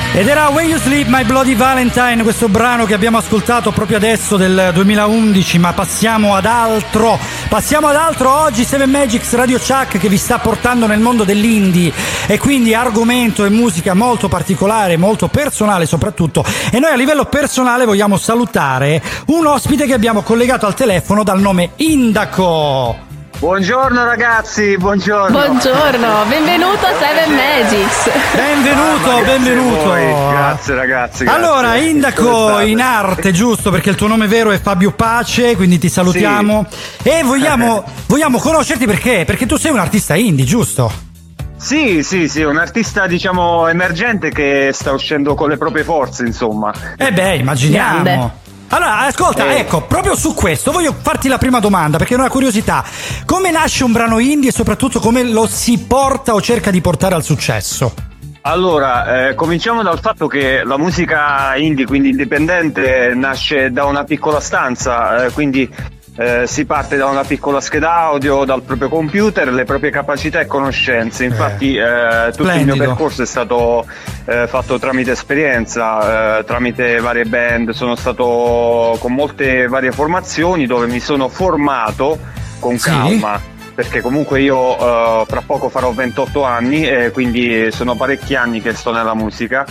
Ed era When You Sleep My Bloody Valentine, questo brano che abbiamo ascoltato proprio adesso del 2011, ma passiamo ad altro oggi. Seven Magics Radio Chuck che vi sta portando nel mondo dell'indie e quindi argomento e musica molto particolare, molto personale soprattutto, e noi a livello personale vogliamo salutare un ospite che abbiamo collegato al telefono dal nome Indaco. Buongiorno ragazzi, buongiorno. Buongiorno, benvenuto a Seven Magics. Benvenuto. Grazie ragazzi. Allora, Indaco in arte, giusto? Perché il tuo nome vero è Fabio Pace, quindi ti salutiamo. Sì. E vogliamo conoscerti perché tu sei un artista indie, giusto? Sì, un artista diciamo emergente che sta uscendo con le proprie forze, insomma. Immaginiamo. Grande. Allora, ascolta, ecco, proprio su questo voglio farti la prima domanda, perché è una curiosità. Come nasce un brano indie e soprattutto come lo si porta o cerca di portare al successo? Allora, cominciamo dal fatto che la musica indie, quindi indipendente, nasce da una piccola stanza, quindi si parte da una piccola scheda audio, dal proprio computer, le proprie capacità e conoscenze. Infatti tutto il mio percorso è stato fatto tramite esperienza, tramite varie band. Sono stato con molte varie formazioni dove mi sono formato con calma, perché comunque io fra poco farò 28 anni, quindi sono parecchi anni che sto nella musica.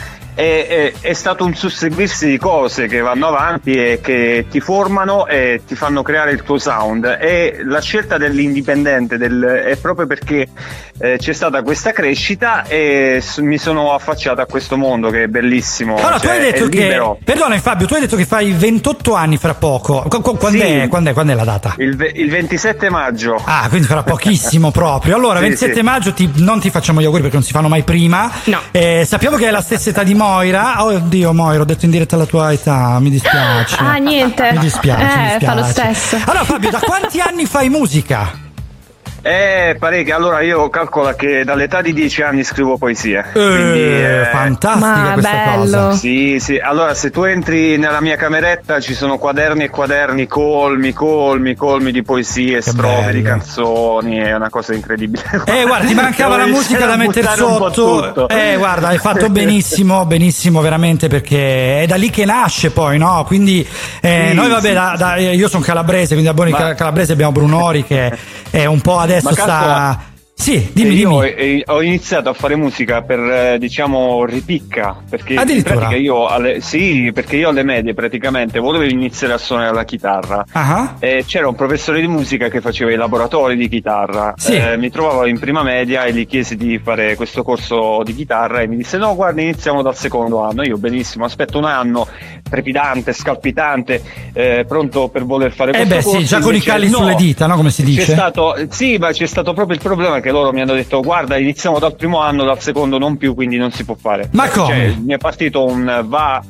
È stato un susseguirsi di cose che vanno avanti e che ti formano e ti fanno creare il tuo sound. E la scelta dell'indipendente è proprio perché c'è stata questa crescita e mi sono affacciato a questo mondo che è bellissimo. Allora, tu hai detto che, perdona Fabio, tu hai detto che fai 28 anni fra poco. Quando è la data? Il 27 maggio. Ah, quindi fra pochissimo proprio. Allora, 27 maggio non ti facciamo gli auguri perché non si fanno mai prima. No. Sappiamo che hai la stessa età di Moira. Oddio, Moira, ho detto in diretta la tua età, mi dispiace. Ah, niente. Mi dispiace. Fa lo stesso. Allora, Fabio, da quanti anni fai musica? Parecchio. Allora io calcolo che dall'età di 10 anni scrivo poesie. Quindi, fantastica questa cosa. Sì. Allora se tu entri nella mia cameretta ci sono quaderni e quaderni colmi di poesie, strofe di canzoni, è una cosa incredibile. Guarda, ti mancava la musica da mettere sotto. Guarda, hai fatto benissimo veramente, perché è da lì che nasce poi, no? Quindi noi vabbè, io sono calabrese, quindi a Boni Calabrese abbiamo Brunori che è un po' adesso sta... Sì, dimmi. Io ho iniziato a fare musica per, diciamo, ripicca, perché in pratica perché io alle medie praticamente volevo iniziare a suonare la chitarra. E c'era un professore di musica che faceva i laboratori di chitarra. Mi trovavo in prima media e gli chiesi di fare questo corso di chitarra e mi disse: no, guarda, iniziamo dal secondo anno. Io benissimo, aspetto un anno trepidante, scalpitante, pronto per voler fare questo corso. Già con i calli sulle dita, no? Come si dice? Ma c'è stato proprio il problema che loro mi hanno detto: guarda, iniziamo dal primo anno, dal secondo non più, quindi non si può fare. Ma come? Mi è partito un ma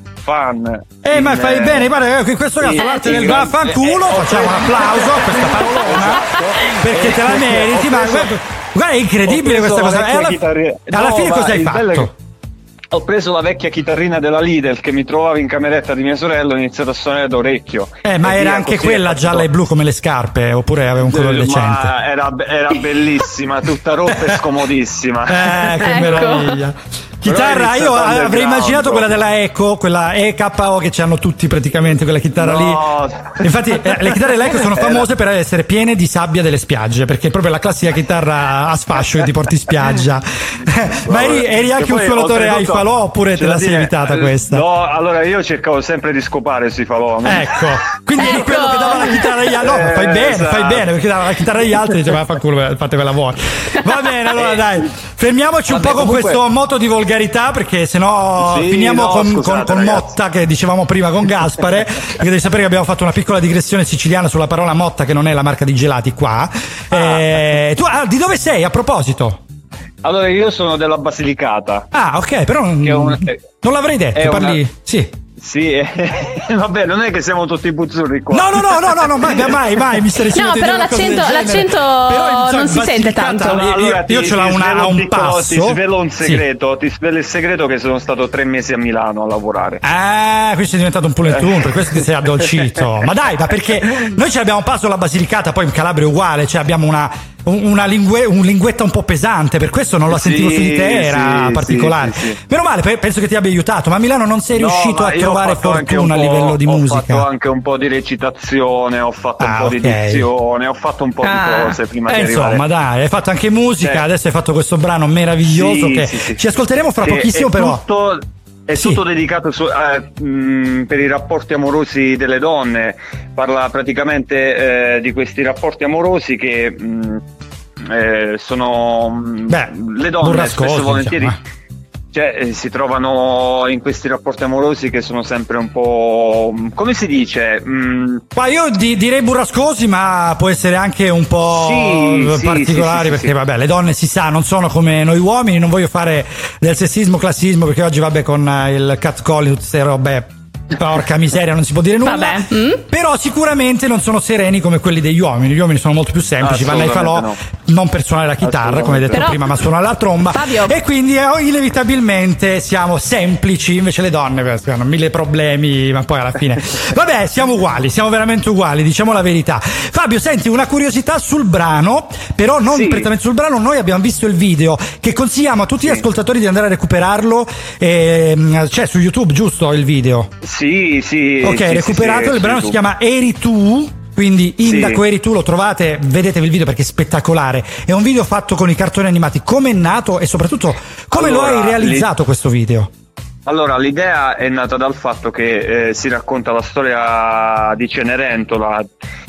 fai bene, guarda, in questo caso l'arte del vaffanculo, facciamo un applauso a questa parolona perché te la meriti. Ma guarda, è incredibile questa cosa. Alla fine cosa hai fatto? Ho preso la vecchia chitarrina della Lidl che mi trovavo in cameretta di mia sorella e ho iniziato a suonare d'orecchio. Ma era anche quella gialla e blu come le scarpe, oppure aveva un colore decente? Ma era bellissima, tutta rotta e scomodissima. Che meraviglia. Chitarra, io avrei immaginato quella della Eco, quella EKO che ci hanno tutti praticamente, quella chitarra lì. Infatti le chitarre della Eco sono famose per essere piene di sabbia delle spiagge, perché è proprio la classica chitarra a sfascio che ti porti in spiaggia. Ma eri anche un suonatore ai falò oppure te la sei evitata questa? No, allora io cercavo sempre di scopare sui falò. Ecco, quindi eri quello che dava la chitarra agli altri. No, fai bene, perché dava la chitarra agli altri e diceva fanculo, fatevela voi. Va bene, allora dai, fermiamoci un po' con questo moto di volgarità, perché sennò finiamo con Motta, che dicevamo prima con Gaspare, perché devi sapere che abbiamo fatto una piccola digressione siciliana sulla parola Motta, che non è la marca di gelati qua. Tu di dove sei, a proposito? Allora io sono della Basilicata. Ok, però non l'avrei detto, parli... Sì, vabbè, non è che siamo tutti buzzurri qua. No, mai, mi stai No, però l'accento non si sente tanto. Allora, io ce l'ho a un passo. Ti svelo un segreto, ti svelo il segreto che sono stato 3 mesi a Milano a lavorare. Qui sei diventato un pullentun, per questo ti sei addolcito. Ma dai, perché noi ce l'abbiamo passo la Basilicata, poi in Calabria è uguale, cioè abbiamo un linguetta un po' pesante, per questo non la sentivo su di te, era particolare. Sì. Meno male, penso che ti abbia aiutato, ma a Milano non sei riuscito a trovare fortuna a livello di musica? Ho fatto anche un po' di recitazione, ho fatto un po' di dizione, ho fatto un po' di cose prima di arrivare. Insomma, dai, hai fatto anche musica, adesso hai fatto questo brano meraviglioso ci ascolteremo fra pochissimo, però. È tutto dedicato per i rapporti amorosi delle donne, parla praticamente di questi rapporti amorosi che sono le donne spesso e volentieri si trovano in questi rapporti amorosi che sono sempre un po', come si dice? Ma io direi burrascosi, ma può essere anche un po' particolari, perché vabbè, le donne si sa, non sono come noi uomini, non voglio fare del sessismo, classismo, perché oggi vabbè con il catcalling, tutte queste robe, porca miseria, non si può dire nulla. Però sicuramente non sono sereni come quelli degli uomini. Gli uomini sono molto più semplici, vanno ai falò, non per suonare la chitarra, come hai detto prima, ma suonare la tromba. Fabio. E quindi inevitabilmente siamo semplici, invece le donne hanno mille problemi, ma poi alla fine vabbè, siamo uguali, siamo veramente uguali, diciamo la verità. Fabio, senti, una curiosità sul brano, però non prettamente sul brano. Noi abbiamo visto il video, che consigliamo a tutti gli ascoltatori di andare a recuperarlo, c'è su YouTube, giusto, il video? Sì. Ok, recuperato. Il brano si chiama Eri tu. Quindi Indaco Eri tu, lo trovate, vedetevi il video perché è spettacolare. È un video fatto con i cartoni animati. Come è nato e soprattutto come lo hai realizzato questo video? Allora, l'idea è nata dal fatto che si racconta la storia di Cenerentola.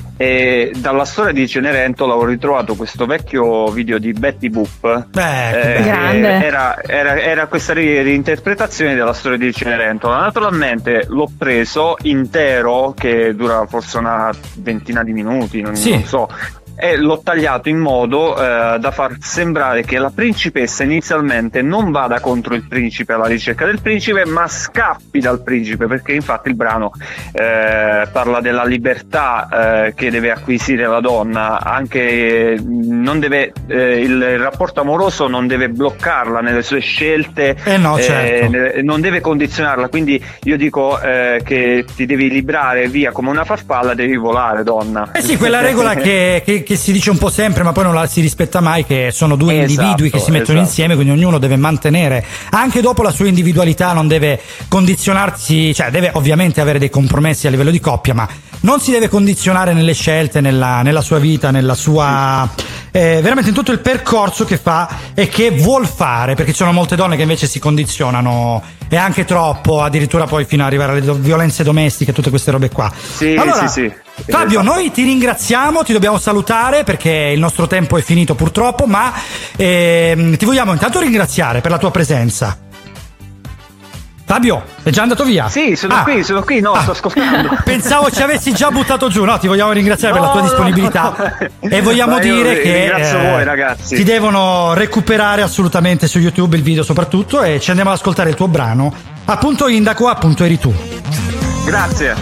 E dalla storia di Cenerentola ho ritrovato questo vecchio video di Betty Boop. Grande. Era questa reinterpretazione della storia di Cenerentola. Naturalmente l'ho preso intero, che dura forse una ventina di minuti, non so, e l'ho tagliato in modo da far sembrare che la principessa inizialmente non vada contro il principe alla ricerca del principe, ma scappi dal principe, perché infatti il brano parla della libertà che deve acquisire la donna, anche non deve il rapporto amoroso non deve bloccarla nelle sue scelte, non deve condizionarla. Quindi io dico che ti devi librare via come una farfalla, devi volare, donna. Sì, quella regola che si dice un po' sempre, ma poi non la si rispetta mai, che sono due individui che si mettono insieme, quindi ognuno deve mantenere anche dopo la sua individualità, non deve condizionarsi, cioè deve ovviamente avere dei compromessi a livello di coppia, ma non si deve condizionare nelle scelte, nella sua vita, nella sua veramente in tutto il percorso che fa e che vuol fare, perché ci sono molte donne che invece si condizionano, e anche troppo, addirittura poi fino ad arrivare alle violenze domestiche, tutte queste robe qua. Allora, Fabio, noi ti ringraziamo, ti dobbiamo salutare perché il nostro tempo è finito purtroppo, ma ti vogliamo intanto ringraziare per la tua presenza. Fabio, è già andato via? Sì, sono qui, no, sto ascoltando. Pensavo ci avessi già buttato giù. No, ti vogliamo ringraziare per la tua disponibilità. E vogliamo dire che ringrazio voi, ragazzi. Ti devono recuperare assolutamente su YouTube il video soprattutto, e ci andiamo ad ascoltare il tuo brano, appunto Indaco, appunto Eri tu. Grazie.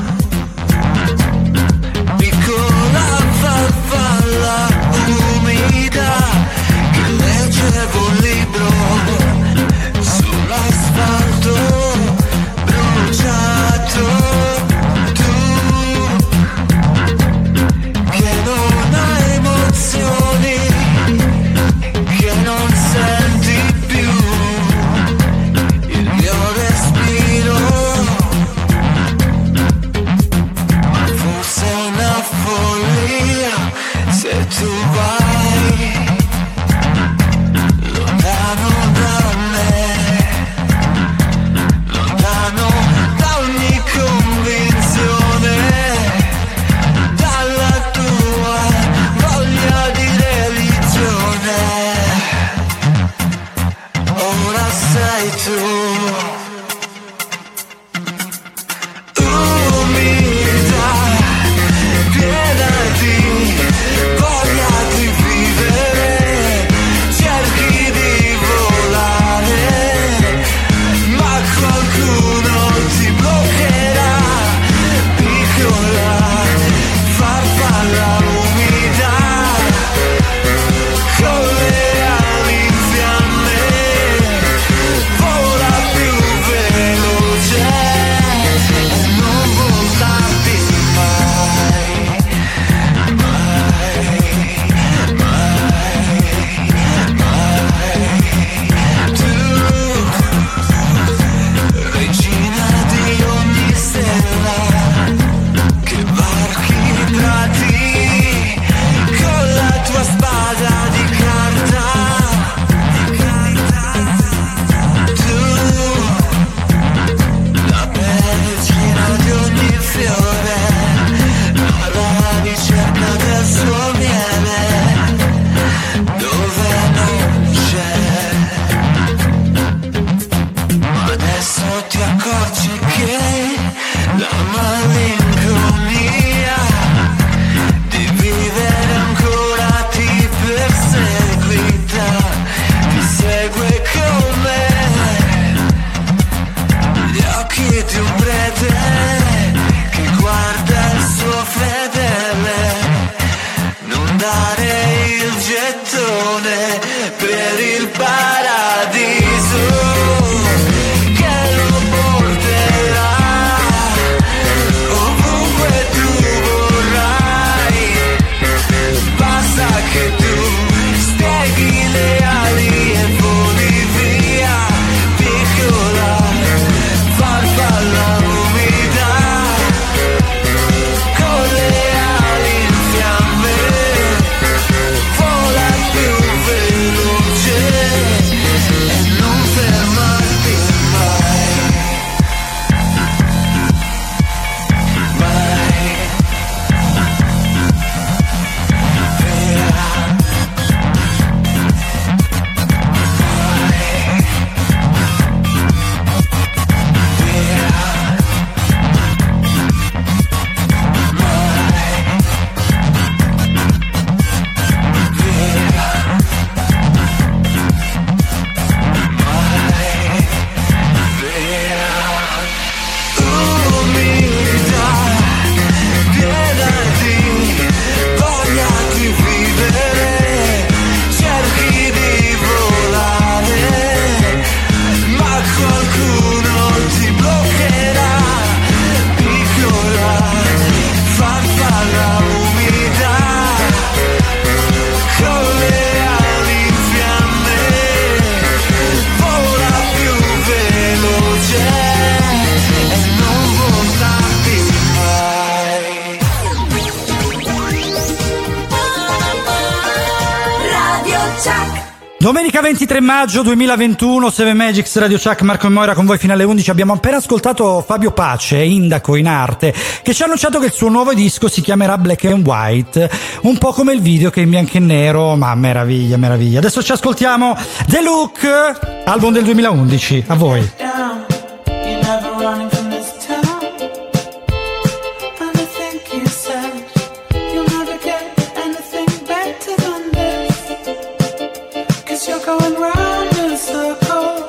Piccola farfalla umida che leggevo un libro sull'asfalto bruciato, tu che non hai emozioni, che non senti più il mio respiro. adesso ti accorgi che la malinconia di vivere ancora ti perseguita, ti segue come gli occhi di un prete che guarda il suo fedele. Non dare il gettone per il paradiso che lo porterà ovunque tu vorrai. Basta che tu spieghi le ali e voli via, piccola farfalla umida, con le ali in fiamme, vola più veloce e non fermarti mai, mai. Umiltà piena di voglia di vivere, cerchi di volare, ma qualcuno ti bloccherà, piccola farfalla umida, con le ali in fiamme, vola più veloce e non voltarti mai. Radio Chuck. Domenica 23 maggio 2021, 7 Magics, Radio Chuck, Marco e Moira con voi fino alle 11. Abbiamo appena ascoltato Fabio Pace, indaco in arte, che ci ha annunciato che il suo nuovo disco si chiamerà Black and White, un po' come il video che è in bianco e nero, ma meraviglia, meraviglia. Adesso ci ascoltiamo The Look, album del 2011, a voi. Down, you're never running from this town. And I think you said you'll never get anything better than this, 'cause you're going round in circles,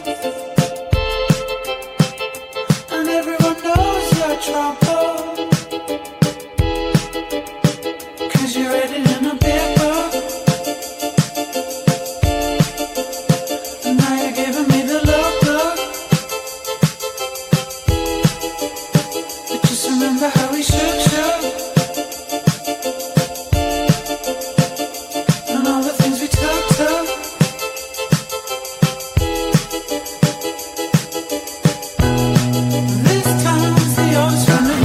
and everyone knows your trouble, 'cause you're written in a big book, and now you're giving me the look. But just remember how we shook, and all the things we took. This time it's the old friend of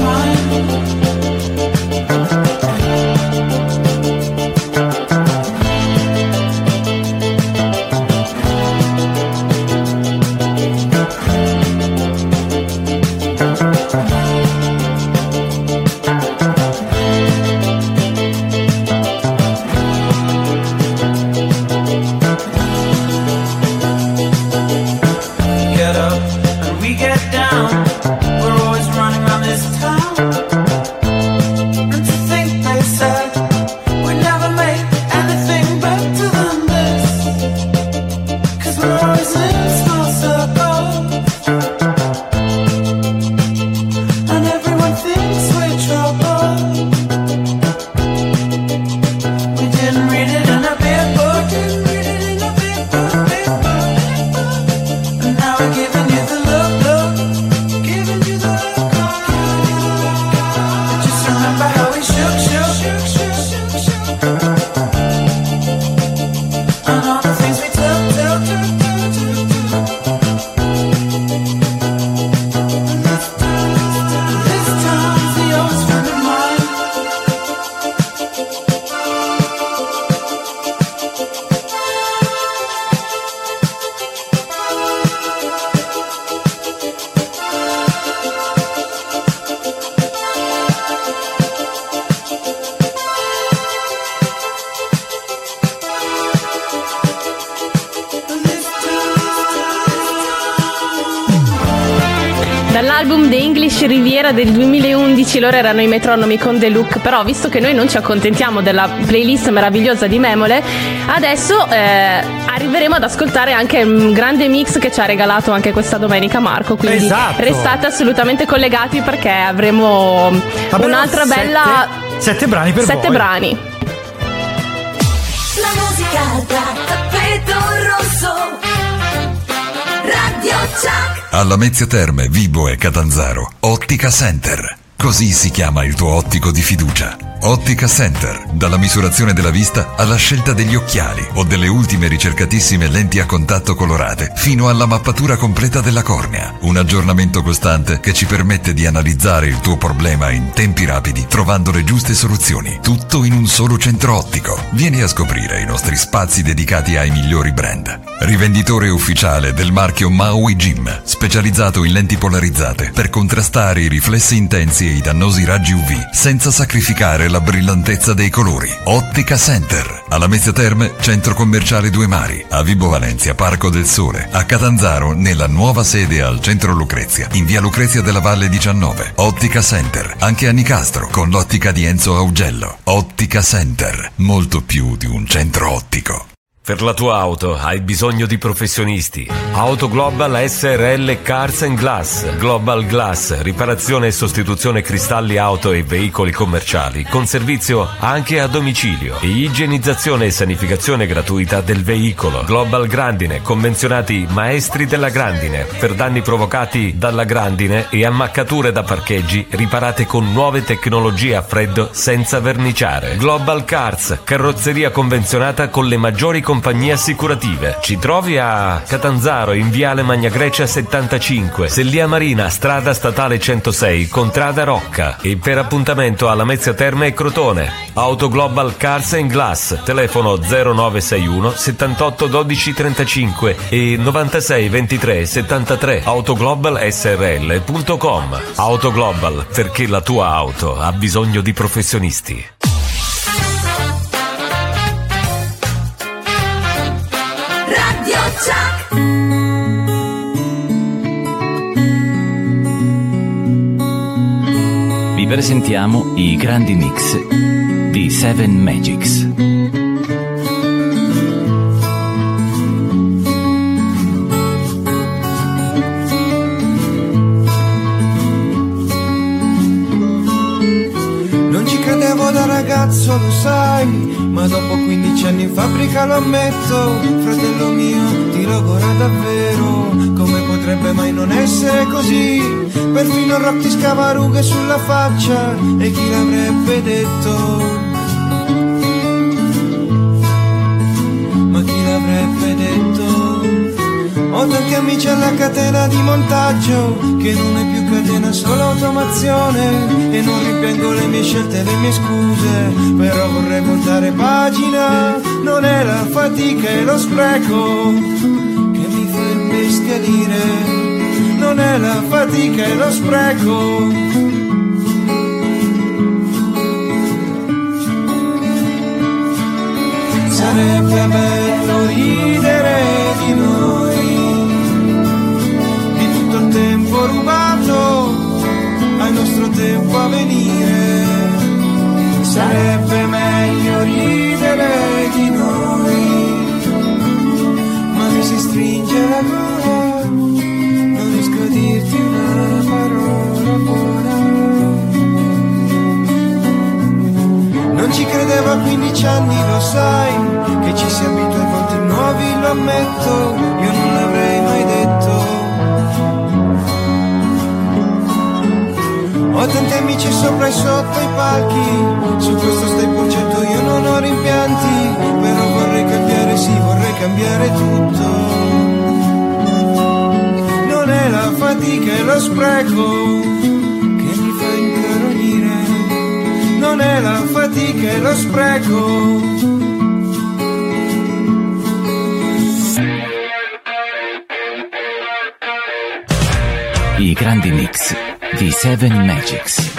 Dall'album The English Riviera del 2011, loro erano i Metronomi con The Look. Però visto che noi non ci accontentiamo della playlist meravigliosa di Memole, adesso arriveremo ad ascoltare anche un grande mix che ci ha regalato anche questa domenica Marco, quindi esatto, restate assolutamente collegati perché avremo un'altra bella 7 brani per 7 voi. brani. La musica da tappeto rosso. Radio Chuck. A Lamezia Terme, Vibo e Catanzaro, Ottica Center. Così si chiama il tuo ottico di fiducia. Ottica Center, dalla misurazione della vista alla scelta degli occhiali o delle ultime ricercatissime lenti a contatto colorate, fino alla mappatura completa della cornea. Un aggiornamento costante che ci permette di analizzare il tuo problema in tempi rapidi, trovando le giuste soluzioni. Tutto in un solo centro ottico. Vieni a scoprire i nostri spazi dedicati ai migliori brand. Rivenditore ufficiale del marchio Maui Jim, specializzato in lenti polarizzate per contrastare i riflessi intensi e i dannosi raggi UV, senza sacrificare la brillantezza dei colori. Ottica Center, a Lamezia Terme, centro commerciale Due Mari, a Vibo Valencia, Parco del Sole, a Catanzaro, nella nuova sede al centro Lucrezia, in via Lucrezia della Valle 19. Ottica Center, anche a Nicastro, con l'ottica di Enzo Augello. Ottica Center, molto più di un centro ottico. Per la tua auto hai bisogno di professionisti. Auto Global SRL Cars and Glass. Global Glass, riparazione e sostituzione cristalli auto e veicoli commerciali, con servizio anche a domicilio. E igienizzazione e sanificazione gratuita del veicolo. Global Grandine, convenzionati maestri della grandine. Per danni provocati dalla grandine e ammaccature da parcheggi, riparate con nuove tecnologie a freddo senza verniciare. Global Cars, carrozzeria convenzionata con le maggiori compagnie assicurative. Ci trovi a Catanzaro in viale Magna Grecia 75, Sellia Marina, strada statale 106, Contrada Rocca. E per appuntamento alla Lamezia Terme e Crotone. Auto Global Cars and Glass, telefono 0961 78 12 35 e 96 23 73. autoglobalsrl.com. Auto Global, perché la tua auto ha bisogno di professionisti. Vi presentiamo i grandi mix di Seven Magics. Non ci credevo da ragazzo, lo sai, ma dopo 15 anni in fabbrica lo ammetto. Fratello mio, ti logora davvero, come potrebbe mai non essere così? Perfino il rock ti scava rughe sulla faccia, e chi l'avrebbe detto? Ma chi l'avrebbe detto? Ho tanti amici alla catena di montaggio, che non è più catena, solo automazione. E non rimpiango le mie scelte e le mie scuse, però vorrei voltare pagina. Non è la fatica e lo spreco che mi fa imbestialire. Non è la fatica e lo spreco. Sarebbe bello ridere di noi, di tutto il tempo rubato al nostro tempo a venire. Sarebbe meglio ridere di noi, ma mi si stringe la gola, non riesco a dirti una parola buona. Non ci credevo a 15 anni, lo sai, che ci si abitua a volti nuovi, lo ammetto, io non l'avrei mai detto. Ho tanti amici sopra e sotto i palchi, su questo stai concetto io non ho rimpianti, però vorrei cambiare, sì, vorrei cambiare tutto. Non è la fatica e lo spreco che mi fa incarognire, non è la fatica e lo spreco. I grandi mix di Seven Magics.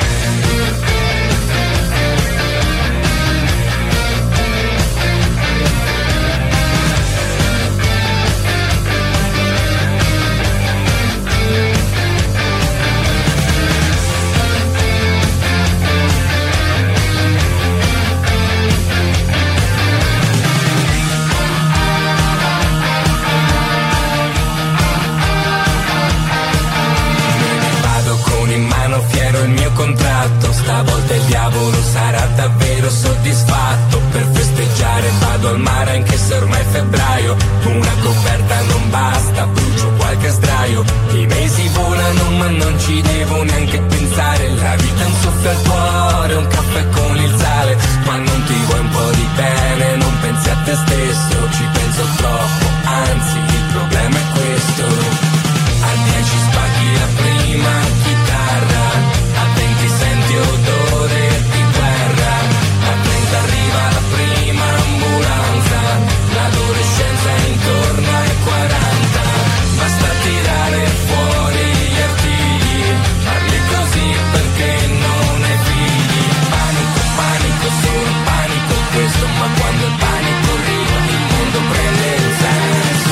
contratto. Stavolta il diavolo sarà davvero soddisfatto. Per festeggiare vado al mare anche se ormai è febbraio. Una coperta non basta, brucio qualche sdraio. I mesi volano ma non ci devo neanche pensare. La vita è un soffio al cuore, un caffè con il sale. Ma non ti vuoi un po' di bene, non pensi a te stesso. Ci penso troppo, anzi il problema è questo. A 10 spacchi la prima chitarra, a 20 senti odore di guerra, a 30 arriva la prima ambulanza, l'adolescenza è intorno ai 40. Basta tirare fuori gli artigli, parli così perché non hai figli. Panico, panico, solo panico questo, ma quando il panico arriva il mondo prende il senso.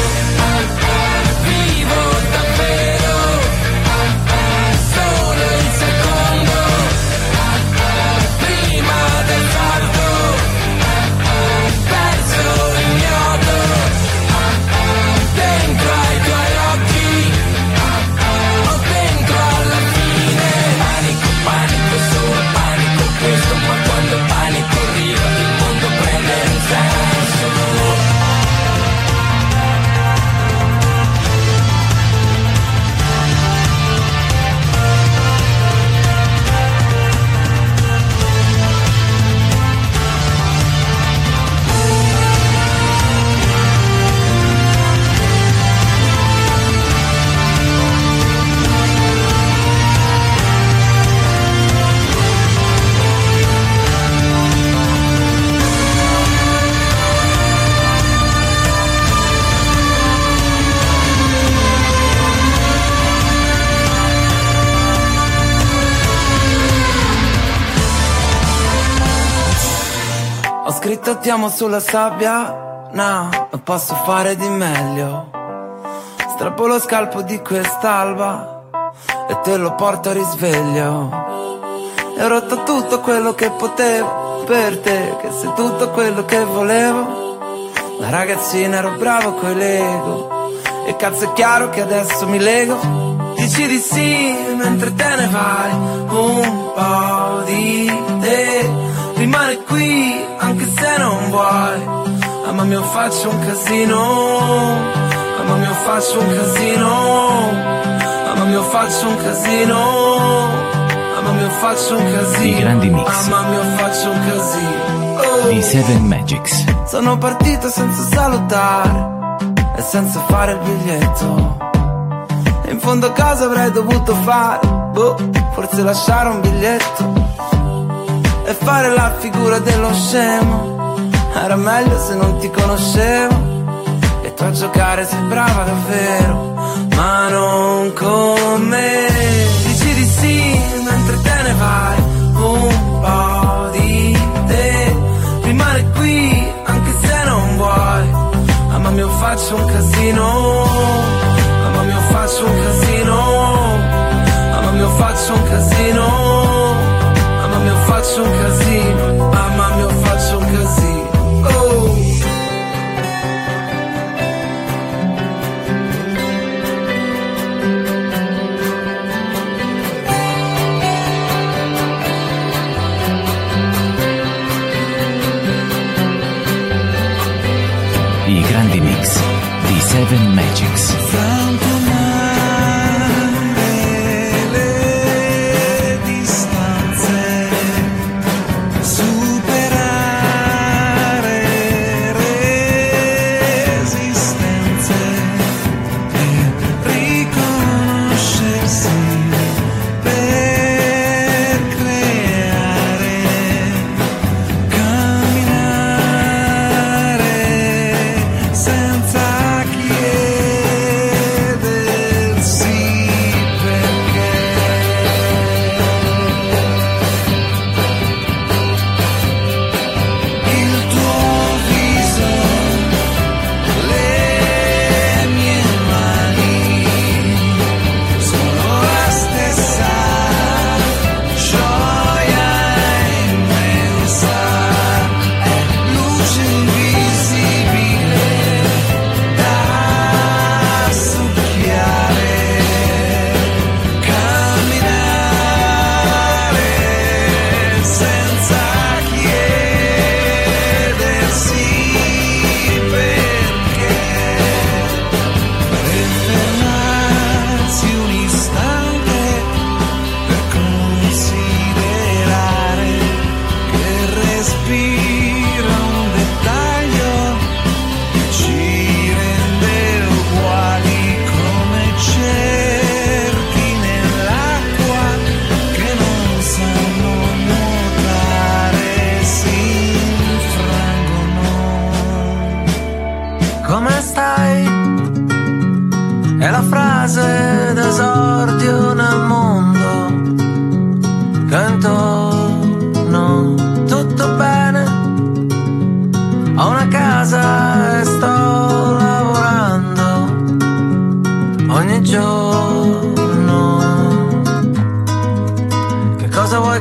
Vivo davvero solo il secondo prima del salto, verso l'ignoto, dentro ai tuoi occhi o dentro alla fine. Panico, panico, solo panico questo, ma quando il panico arriva il mondo prende un senso. Ho scritto ti amo sulla sabbia, no, non posso fare di meglio. Strappo lo scalpo di quest'alba e te lo porto a risveglio. E ho rotto tutto quello che potevo per te, che sei tutto quello che volevo. Da ragazzina ero bravo coi Lego e cazzo è chiaro che adesso mi lego. Dici di sì mentre te ne vai, un po' di te rimane qui anche se non vuoi. Mamma mia faccio un casino, mamma mia faccio un casino, mamma mia faccio un casino, mamma mia faccio un casino. I grandi mix mamma mia faccio un casino di Seven Magics. Sono partito senza salutare e senza fare il biglietto. E in fondo a casa avrei dovuto fare, forse lasciare un biglietto e fare la figura dello scemo. Era meglio se non ti conoscevo e tu a giocare sei brava davvero, ma non con me. Dici di sì mentre te ne vai, un po' di te rimane qui anche se non vuoi. Mamma mia faccio un casino, mamma mia faccio un casino, mamma mia faccio un casino, mamma mia faccio un casino, mamma mia faccio un casino. I grandi mix di Seven Magics.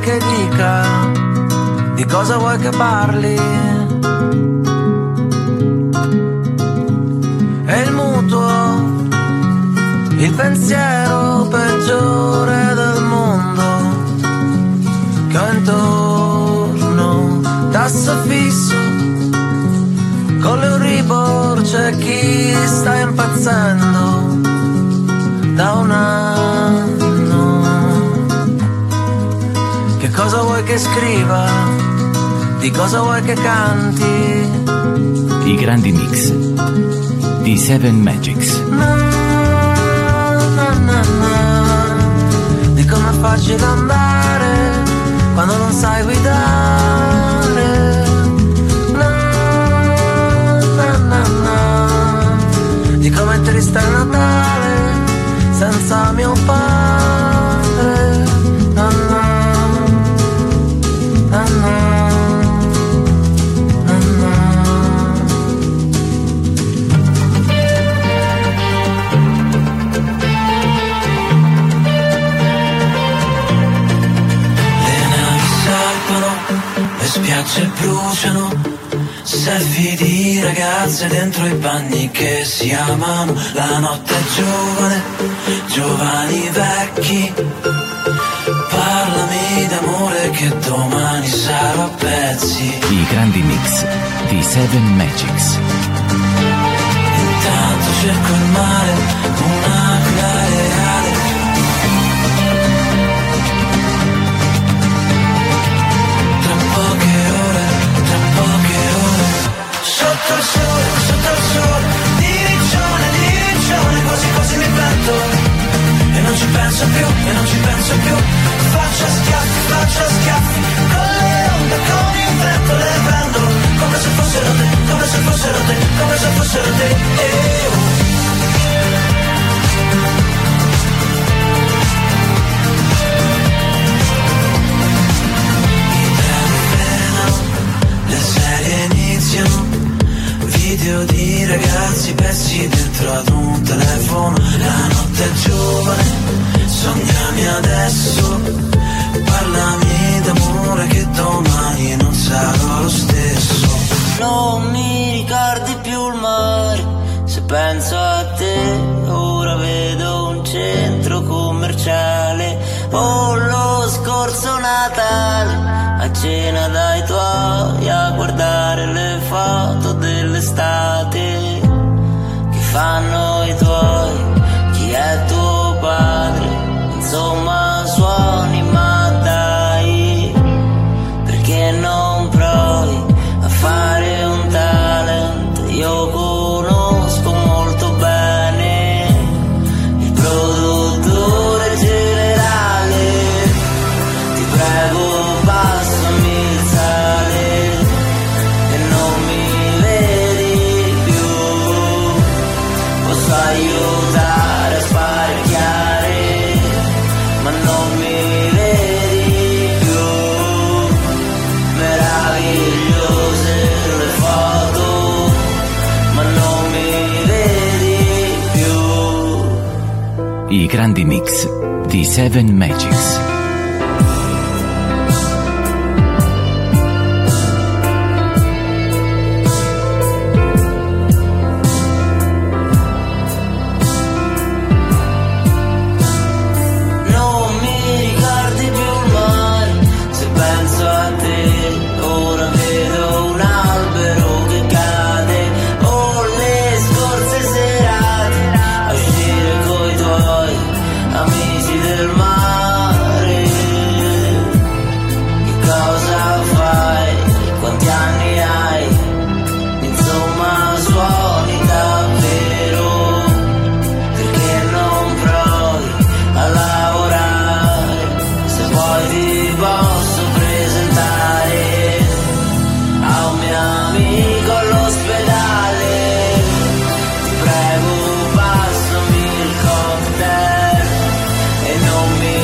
che dica? Di cosa vuoi che parli? E il mutuo, il pensiero peggiore del mondo che ho intorno, tasso fisso, con l'Euribor c'è chi sta impazzendo da un anno. Che cosa vuoi che scriva? Di cosa vuoi che canti? I grandi mix di Seven Magics. Di com'è facile andare quando non sai guidare. Di come è triste il Natale senza mio padre. Le spiagge bruciano, selfie di ragazze dentro i bagni che si amano. La notte è giovane, giovani vecchi. Parlami d'amore che domani sarò a pezzi. I grandi mix di Seven Magics. Intanto cerco il mare, un'aquila reale. Sotto il sole, di riccione, quasi quasi mi petto. E non ci penso più, faccio schiaffi, con le onde, con il vento, le prendo, come se fossero te, come se fossero te, come se fossero te. Le serie iniziano, video di ragazzi persi dentro ad un telefono. La notte è giovane, sognami adesso. Parlami d'amore che domani non sarò lo stesso. Non mi ricordi più il mare, se penso a te ora vedo un centro commerciale. Oh, lo scorso Natale a cena dai tuoi a guardare le foto dell'estate che fanno i tuoi, chi è tuo padre, insomma suoni ma dai, perché non provi a fare un talent? Io conosco molto bene il produttore generale, ti prego passami il sale e non mi vedi più, posso aiutare a sparecchiare ma non mi vedi più, meravigliose le foto ma non mi vedi più. I grandi mix di Seven Magics. Non mi ricordi più il mare, se penso a te ora vedo un albero che cade. Oh, le scorse serate a uscire coi tuoi amici del mare. Che cosa fai? Quanti anni hai? Insomma suoni davvero, perché non provi a lavorare? Se vuoi ti posso presentare a un mio amico all'ospedale. Ti prego passami il cocktail e non mi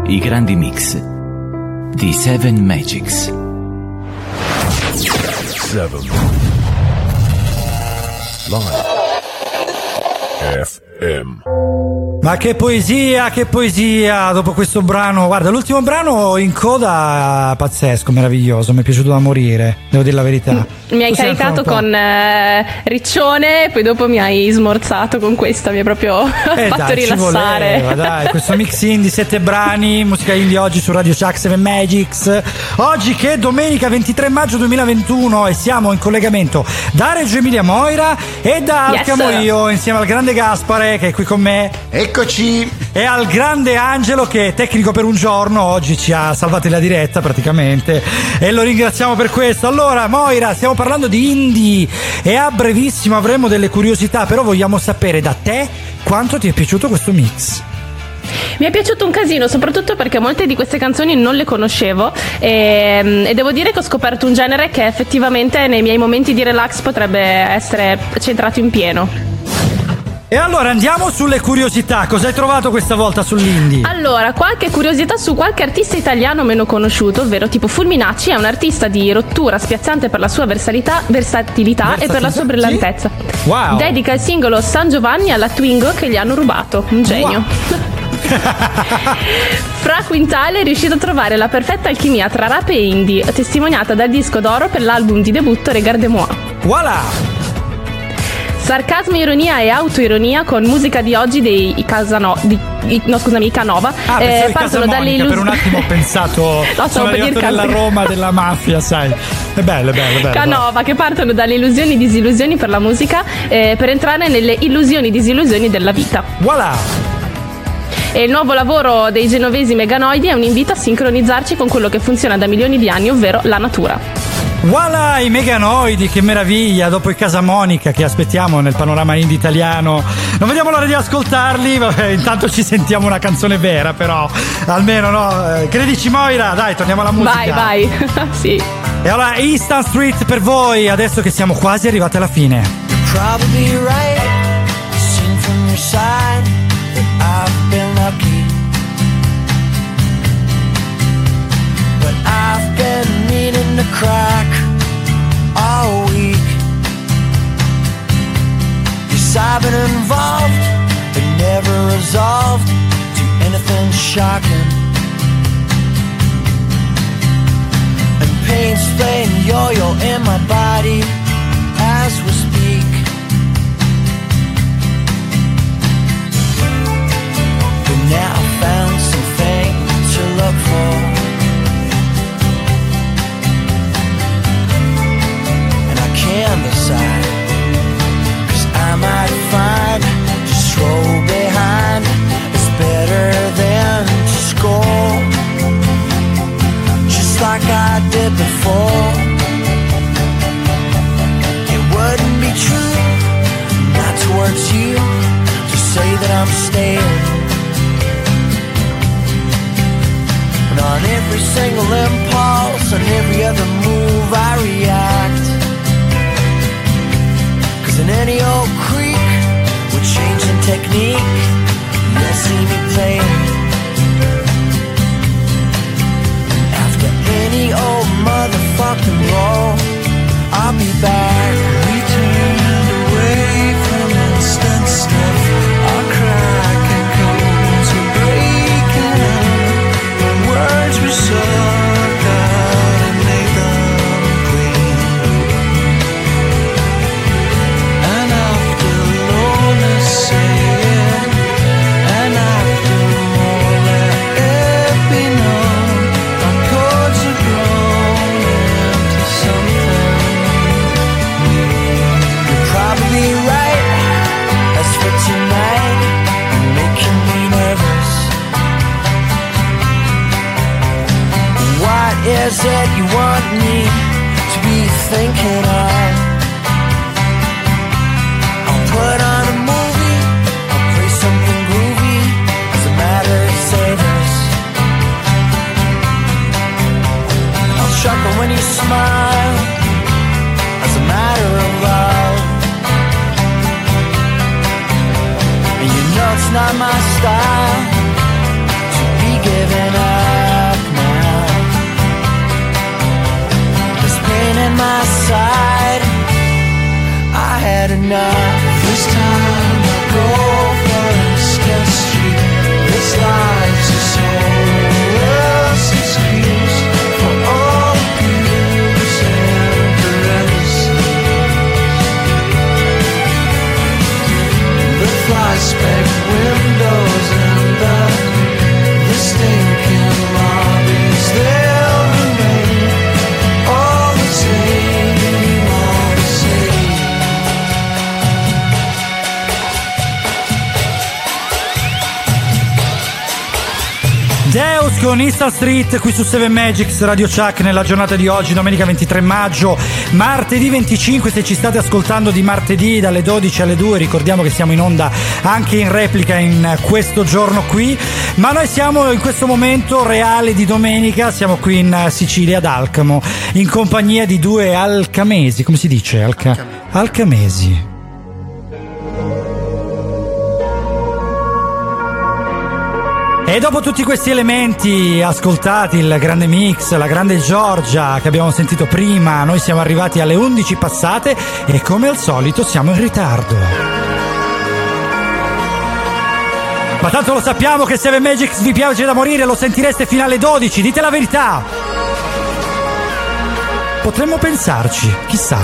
I grandi mix di Seven Magics. 7 Live FM. Ma che poesia dopo questo brano. Guarda, l'ultimo brano in coda, pazzesco, meraviglioso, mi è piaciuto da morire, devo dire la verità. Mi hai caricato con Riccione, poi dopo mi hai smorzato con questa, mi hai proprio fatto dai, rilassare. Ci voleva, dai, questo mix indie, 7 brani, musica indie oggi su Radio Chuck 7 Magics. Oggi che è domenica 23 maggio 2021 e siamo in collegamento da Reggio Emilia Moira e da Alcamo io, insieme al grande Gaspare che è qui con me. Eccoci! E al grande Angelo che è tecnico per un giorno, oggi ci ha salvati la diretta praticamente e lo ringraziamo per questo. Allora Moira, stiamo parlando di indie e a brevissimo avremo delle curiosità, però vogliamo sapere da te quanto ti è piaciuto questo mix. Mi è piaciuto un casino, soprattutto perché molte di queste canzoni non le conoscevo e devo dire che ho scoperto un genere che effettivamente nei miei momenti di relax potrebbe essere centrato in pieno. E allora andiamo sulle curiosità. Cosa hai trovato questa volta sull'indie? Allora, qualche curiosità su qualche artista italiano meno conosciuto, ovvero tipo Fulminacci, è un artista di rottura spiazzante per la sua versatilità e per la sua brillantezza. Wow. Dedica il singolo San Giovanni alla Twingo che gli hanno rubato. Un genio. Wow. Fra Quintale è riuscito a trovare la perfetta alchimia tra rap e indie, testimoniata dal disco d'oro per l'album di debutto Regarde moi. Voilà! Sarcasmo, ironia e autoironia con musica di oggi dei Canova. Partono dalle illusioni. Per un attimo ho pensato sono arrivato della Roma della mafia, sai. È bello. Canova, che partono dalle illusioni e disillusioni per la musica per entrare nelle illusioni e disillusioni della vita. Voilà! E il nuovo lavoro dei genovesi Meganoidi è un invito a sincronizzarci con quello che funziona da milioni di anni, ovvero la natura. Voilà, i Meganoidi, che meraviglia, dopo i Casamonica che aspettiamo nel panorama indie italiano. Non vediamo l'ora di ascoltarli, vabbè, intanto ci sentiamo una canzone vera però, almeno no, credici Moira, dai, torniamo alla musica. Vai, sì. E allora Easton Street per voi, adesso che siamo quasi arrivati alla fine. Probably right, seen from your side that I've been lucky, but I've been needing to crack all week. Yes, I've been involved, but never resolved to anything shocking. And pain's playing yo-yo in my body as we speak. But now I found something to look for. Can't decide, 'cause I might find to stroll behind is better than to score, just like I did before. It wouldn't be true, not towards you, to say that I'm staying. And on every single impulse, on every other move I react. In any old creek with changing technique, you'll see me playing. And after any old motherfucking roll, I'll be back. We turned away from instant stuff. Our cracking codes were breaking up. The words were sucked out and made them clean. And after more, let it be known, our chords are grown into something new. You're probably right, as for tonight, you're making me nervous. What is it you want me to be thinking of? Put on a movie, I'll play something groovy as a matter of savors. I'll chuckle when you smile as a matter of love. And you know it's not my style to be giving Zeus con Eastern Street qui su 7 Magics Radio Chuck nella giornata di oggi, domenica 23 maggio, martedì 25. Se ci state ascoltando di martedì dalle 12 alle 2, ricordiamo che siamo in onda anche in replica in questo giorno qui, ma noi siamo in questo momento reale di domenica, siamo qui in Sicilia ad Alcamo in compagnia di due alcamesi, come si dice? Alcamesi. E dopo tutti questi elementi ascoltati, il grande mix, la grande Giorgia che abbiamo sentito prima, noi siamo arrivati alle 11 passate e come al solito siamo in ritardo. Ma tanto lo sappiamo che 7 Magics vi piace da morire, lo sentireste fino alle 12, dite la verità. Potremmo pensarci, chissà.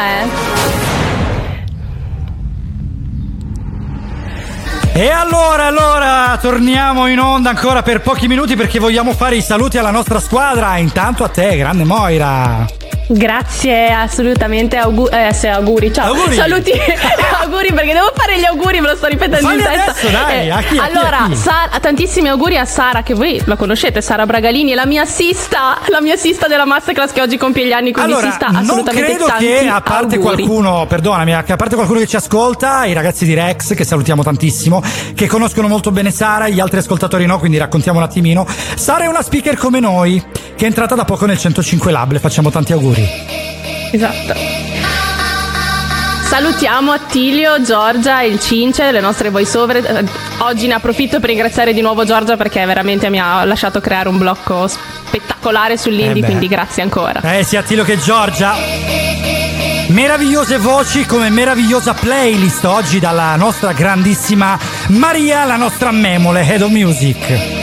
E allora torniamo in onda ancora per pochi minuti perché vogliamo fare i saluti alla nostra squadra. Intanto a te, grande Moira. Grazie, assolutamente. Auguri, ciao. Auguri. Saluti e auguri perché devo fare gli auguri, me lo sto ripetendo Falli in testa. adesso, dai. A chi? Tantissimi auguri a Sara, che voi la conoscete, Sara Bragalini, la mia assista della Masterclass che oggi compie gli anni, quindi allora, si sta assolutamente non credo tanti che a parte auguri. qualcuno, perdonami, a parte qualcuno che ci ascolta, i ragazzi di Rex che salutiamo tantissimo, che conoscono molto bene Sara, gli altri ascoltatori no, quindi raccontiamo un attimino. Sara è una speaker come noi, che è entrata da poco nel 105 Lab, le facciamo tanti auguri. Esatto. Salutiamo Attilio, Giorgia, il Cince, le nostre voice over. Oggi ne approfitto per ringraziare di nuovo Giorgia perché veramente mi ha lasciato creare un blocco spettacolare sull'indie, quindi grazie ancora. Sia Attilio che Giorgia. Meravigliose voci come meravigliosa playlist oggi dalla nostra grandissima Maria, la nostra memole Head of Music.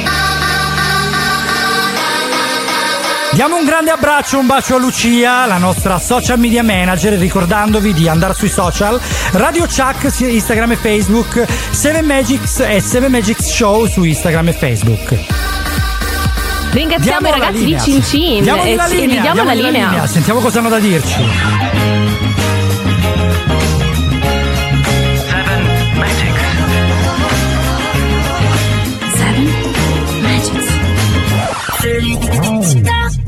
Diamo un grande abbraccio, un bacio a Lucia, la nostra social media manager, ricordandovi di andare sui social Radio Chuck, Instagram e Facebook, 7 Magics e 7 Magics Show su Instagram e Facebook. Ringraziamo i ragazzi di Cincin e gli diamo la linea. Sentiamo cosa hanno da dirci. 7 Magics. 7 Magics.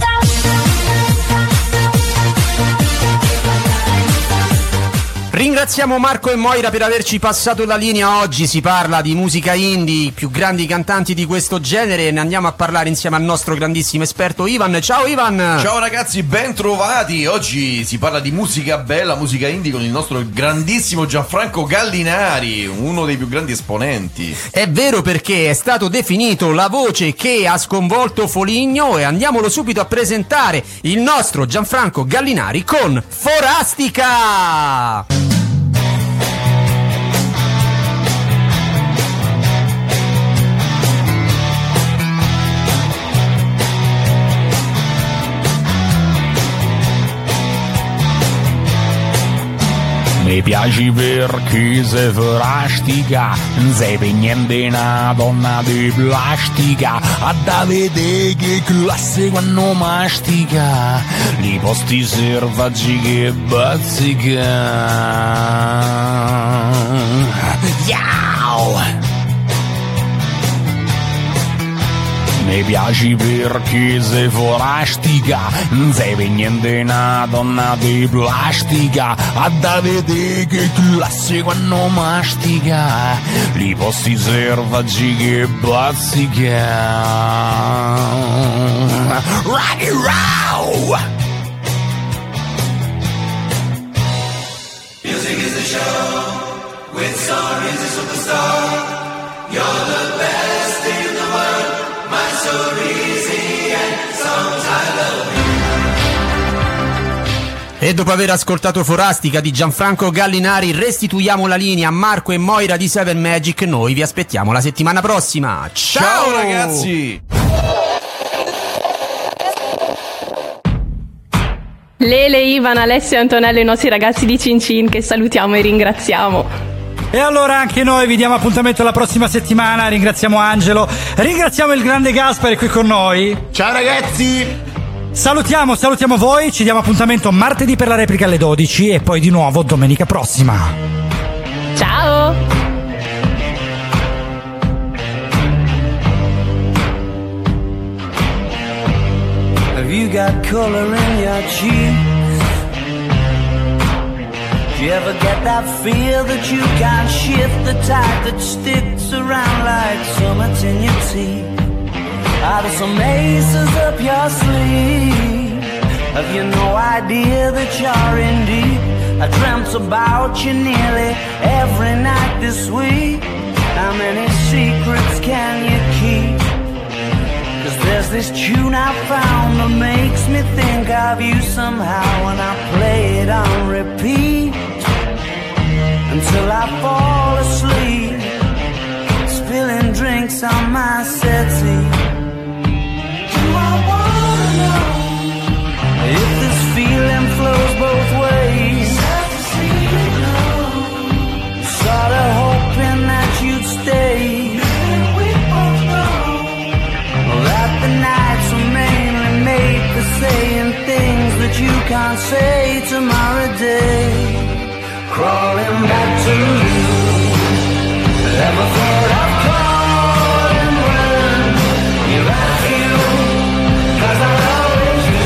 Ringraziamo Marco e Moira per averci passato la linea. Oggi si parla di musica indie, i più grandi cantanti di questo genere, e ne andiamo a parlare insieme al nostro grandissimo esperto Ivan. Ciao Ivan! Ciao ragazzi, ben trovati. Oggi si parla di musica bella, musica indie con il nostro grandissimo Gianfranco Gallinari, uno dei più grandi esponenti. È vero, perché è stato definito la voce che ha sconvolto Foligno, e andiamolo subito a presentare il nostro Gianfranco Gallinari con Forastica! Mi piaci perché sei frastica, non sei per niente una donna di plastica, a da vedere che classe quando mastica, li posti selvaggi che bazzica. Yow! Mi piaci perché sei forastica, non sei per niente una donna di plastica, a da vedere che classe quando mastica, li posti selvaggi che bazzica. Rock it roll! Music is the show, with song is a superstar. You're the best in the world, my so easy and songs I love you. E dopo aver ascoltato Forastica di Gianfranco Gallinari, restituiamo la linea a Marco e Moira di 7 Magic. Noi vi aspettiamo la settimana prossima. Ciao, Ciao ragazzi! Lele, Ivan, Alessio e Antonello, i nostri ragazzi di Cincin, che salutiamo e ringraziamo. E allora anche noi vi diamo appuntamento la prossima settimana. Ringraziamo Angelo, ringraziamo il grande Gaspare qui con noi. Ciao ragazzi! Salutiamo voi, ci diamo appuntamento martedì per la replica alle 12 e poi di nuovo domenica prossima. Ciao! got color in your cheeks. Do you ever get that feel that you can't shift, the type that sticks around like summits in your teeth? Are there some aces up your sleeve? Have you no idea that you're in deep? I dreamt about you nearly every night this week. How many secrets can you keep? 'Cause there's this tune I found that makes me think of you somehow, and I play it on repeat until I fall asleep, spilling drinks on my settee. Do I wanna know if this feeling flows both ways? Sorta hoping that you'd stay. We both know that the nights are mainly made for saying things that you can't say tomorrow day. Crawling back to you. Ever thought of calling when you're at you? 'Cause I always do.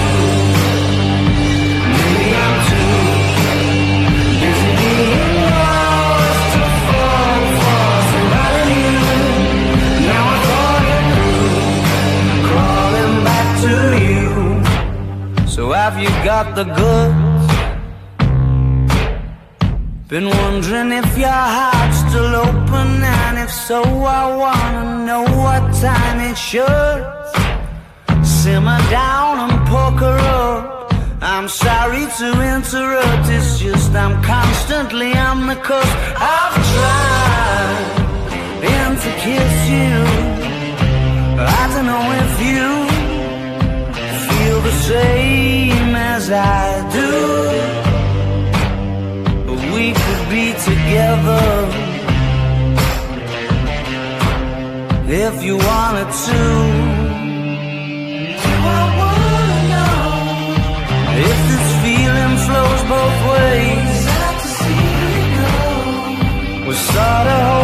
Maybe I'm too busy being lost to fall for somebody new. Now I thought it through. Crawling back to you. So have you got the goods? Been wondering if your heart's still open, and if so, I wanna know what time it should. Simmer down and poker up. I'm sorry to interrupt, it's just I'm constantly on the cusp. I've tried and to kiss you. I don't know if you feel the same as I do. We could be together if you wanted to. Do I wanna know if this feeling flows both ways? Sad to see you go. We're sorta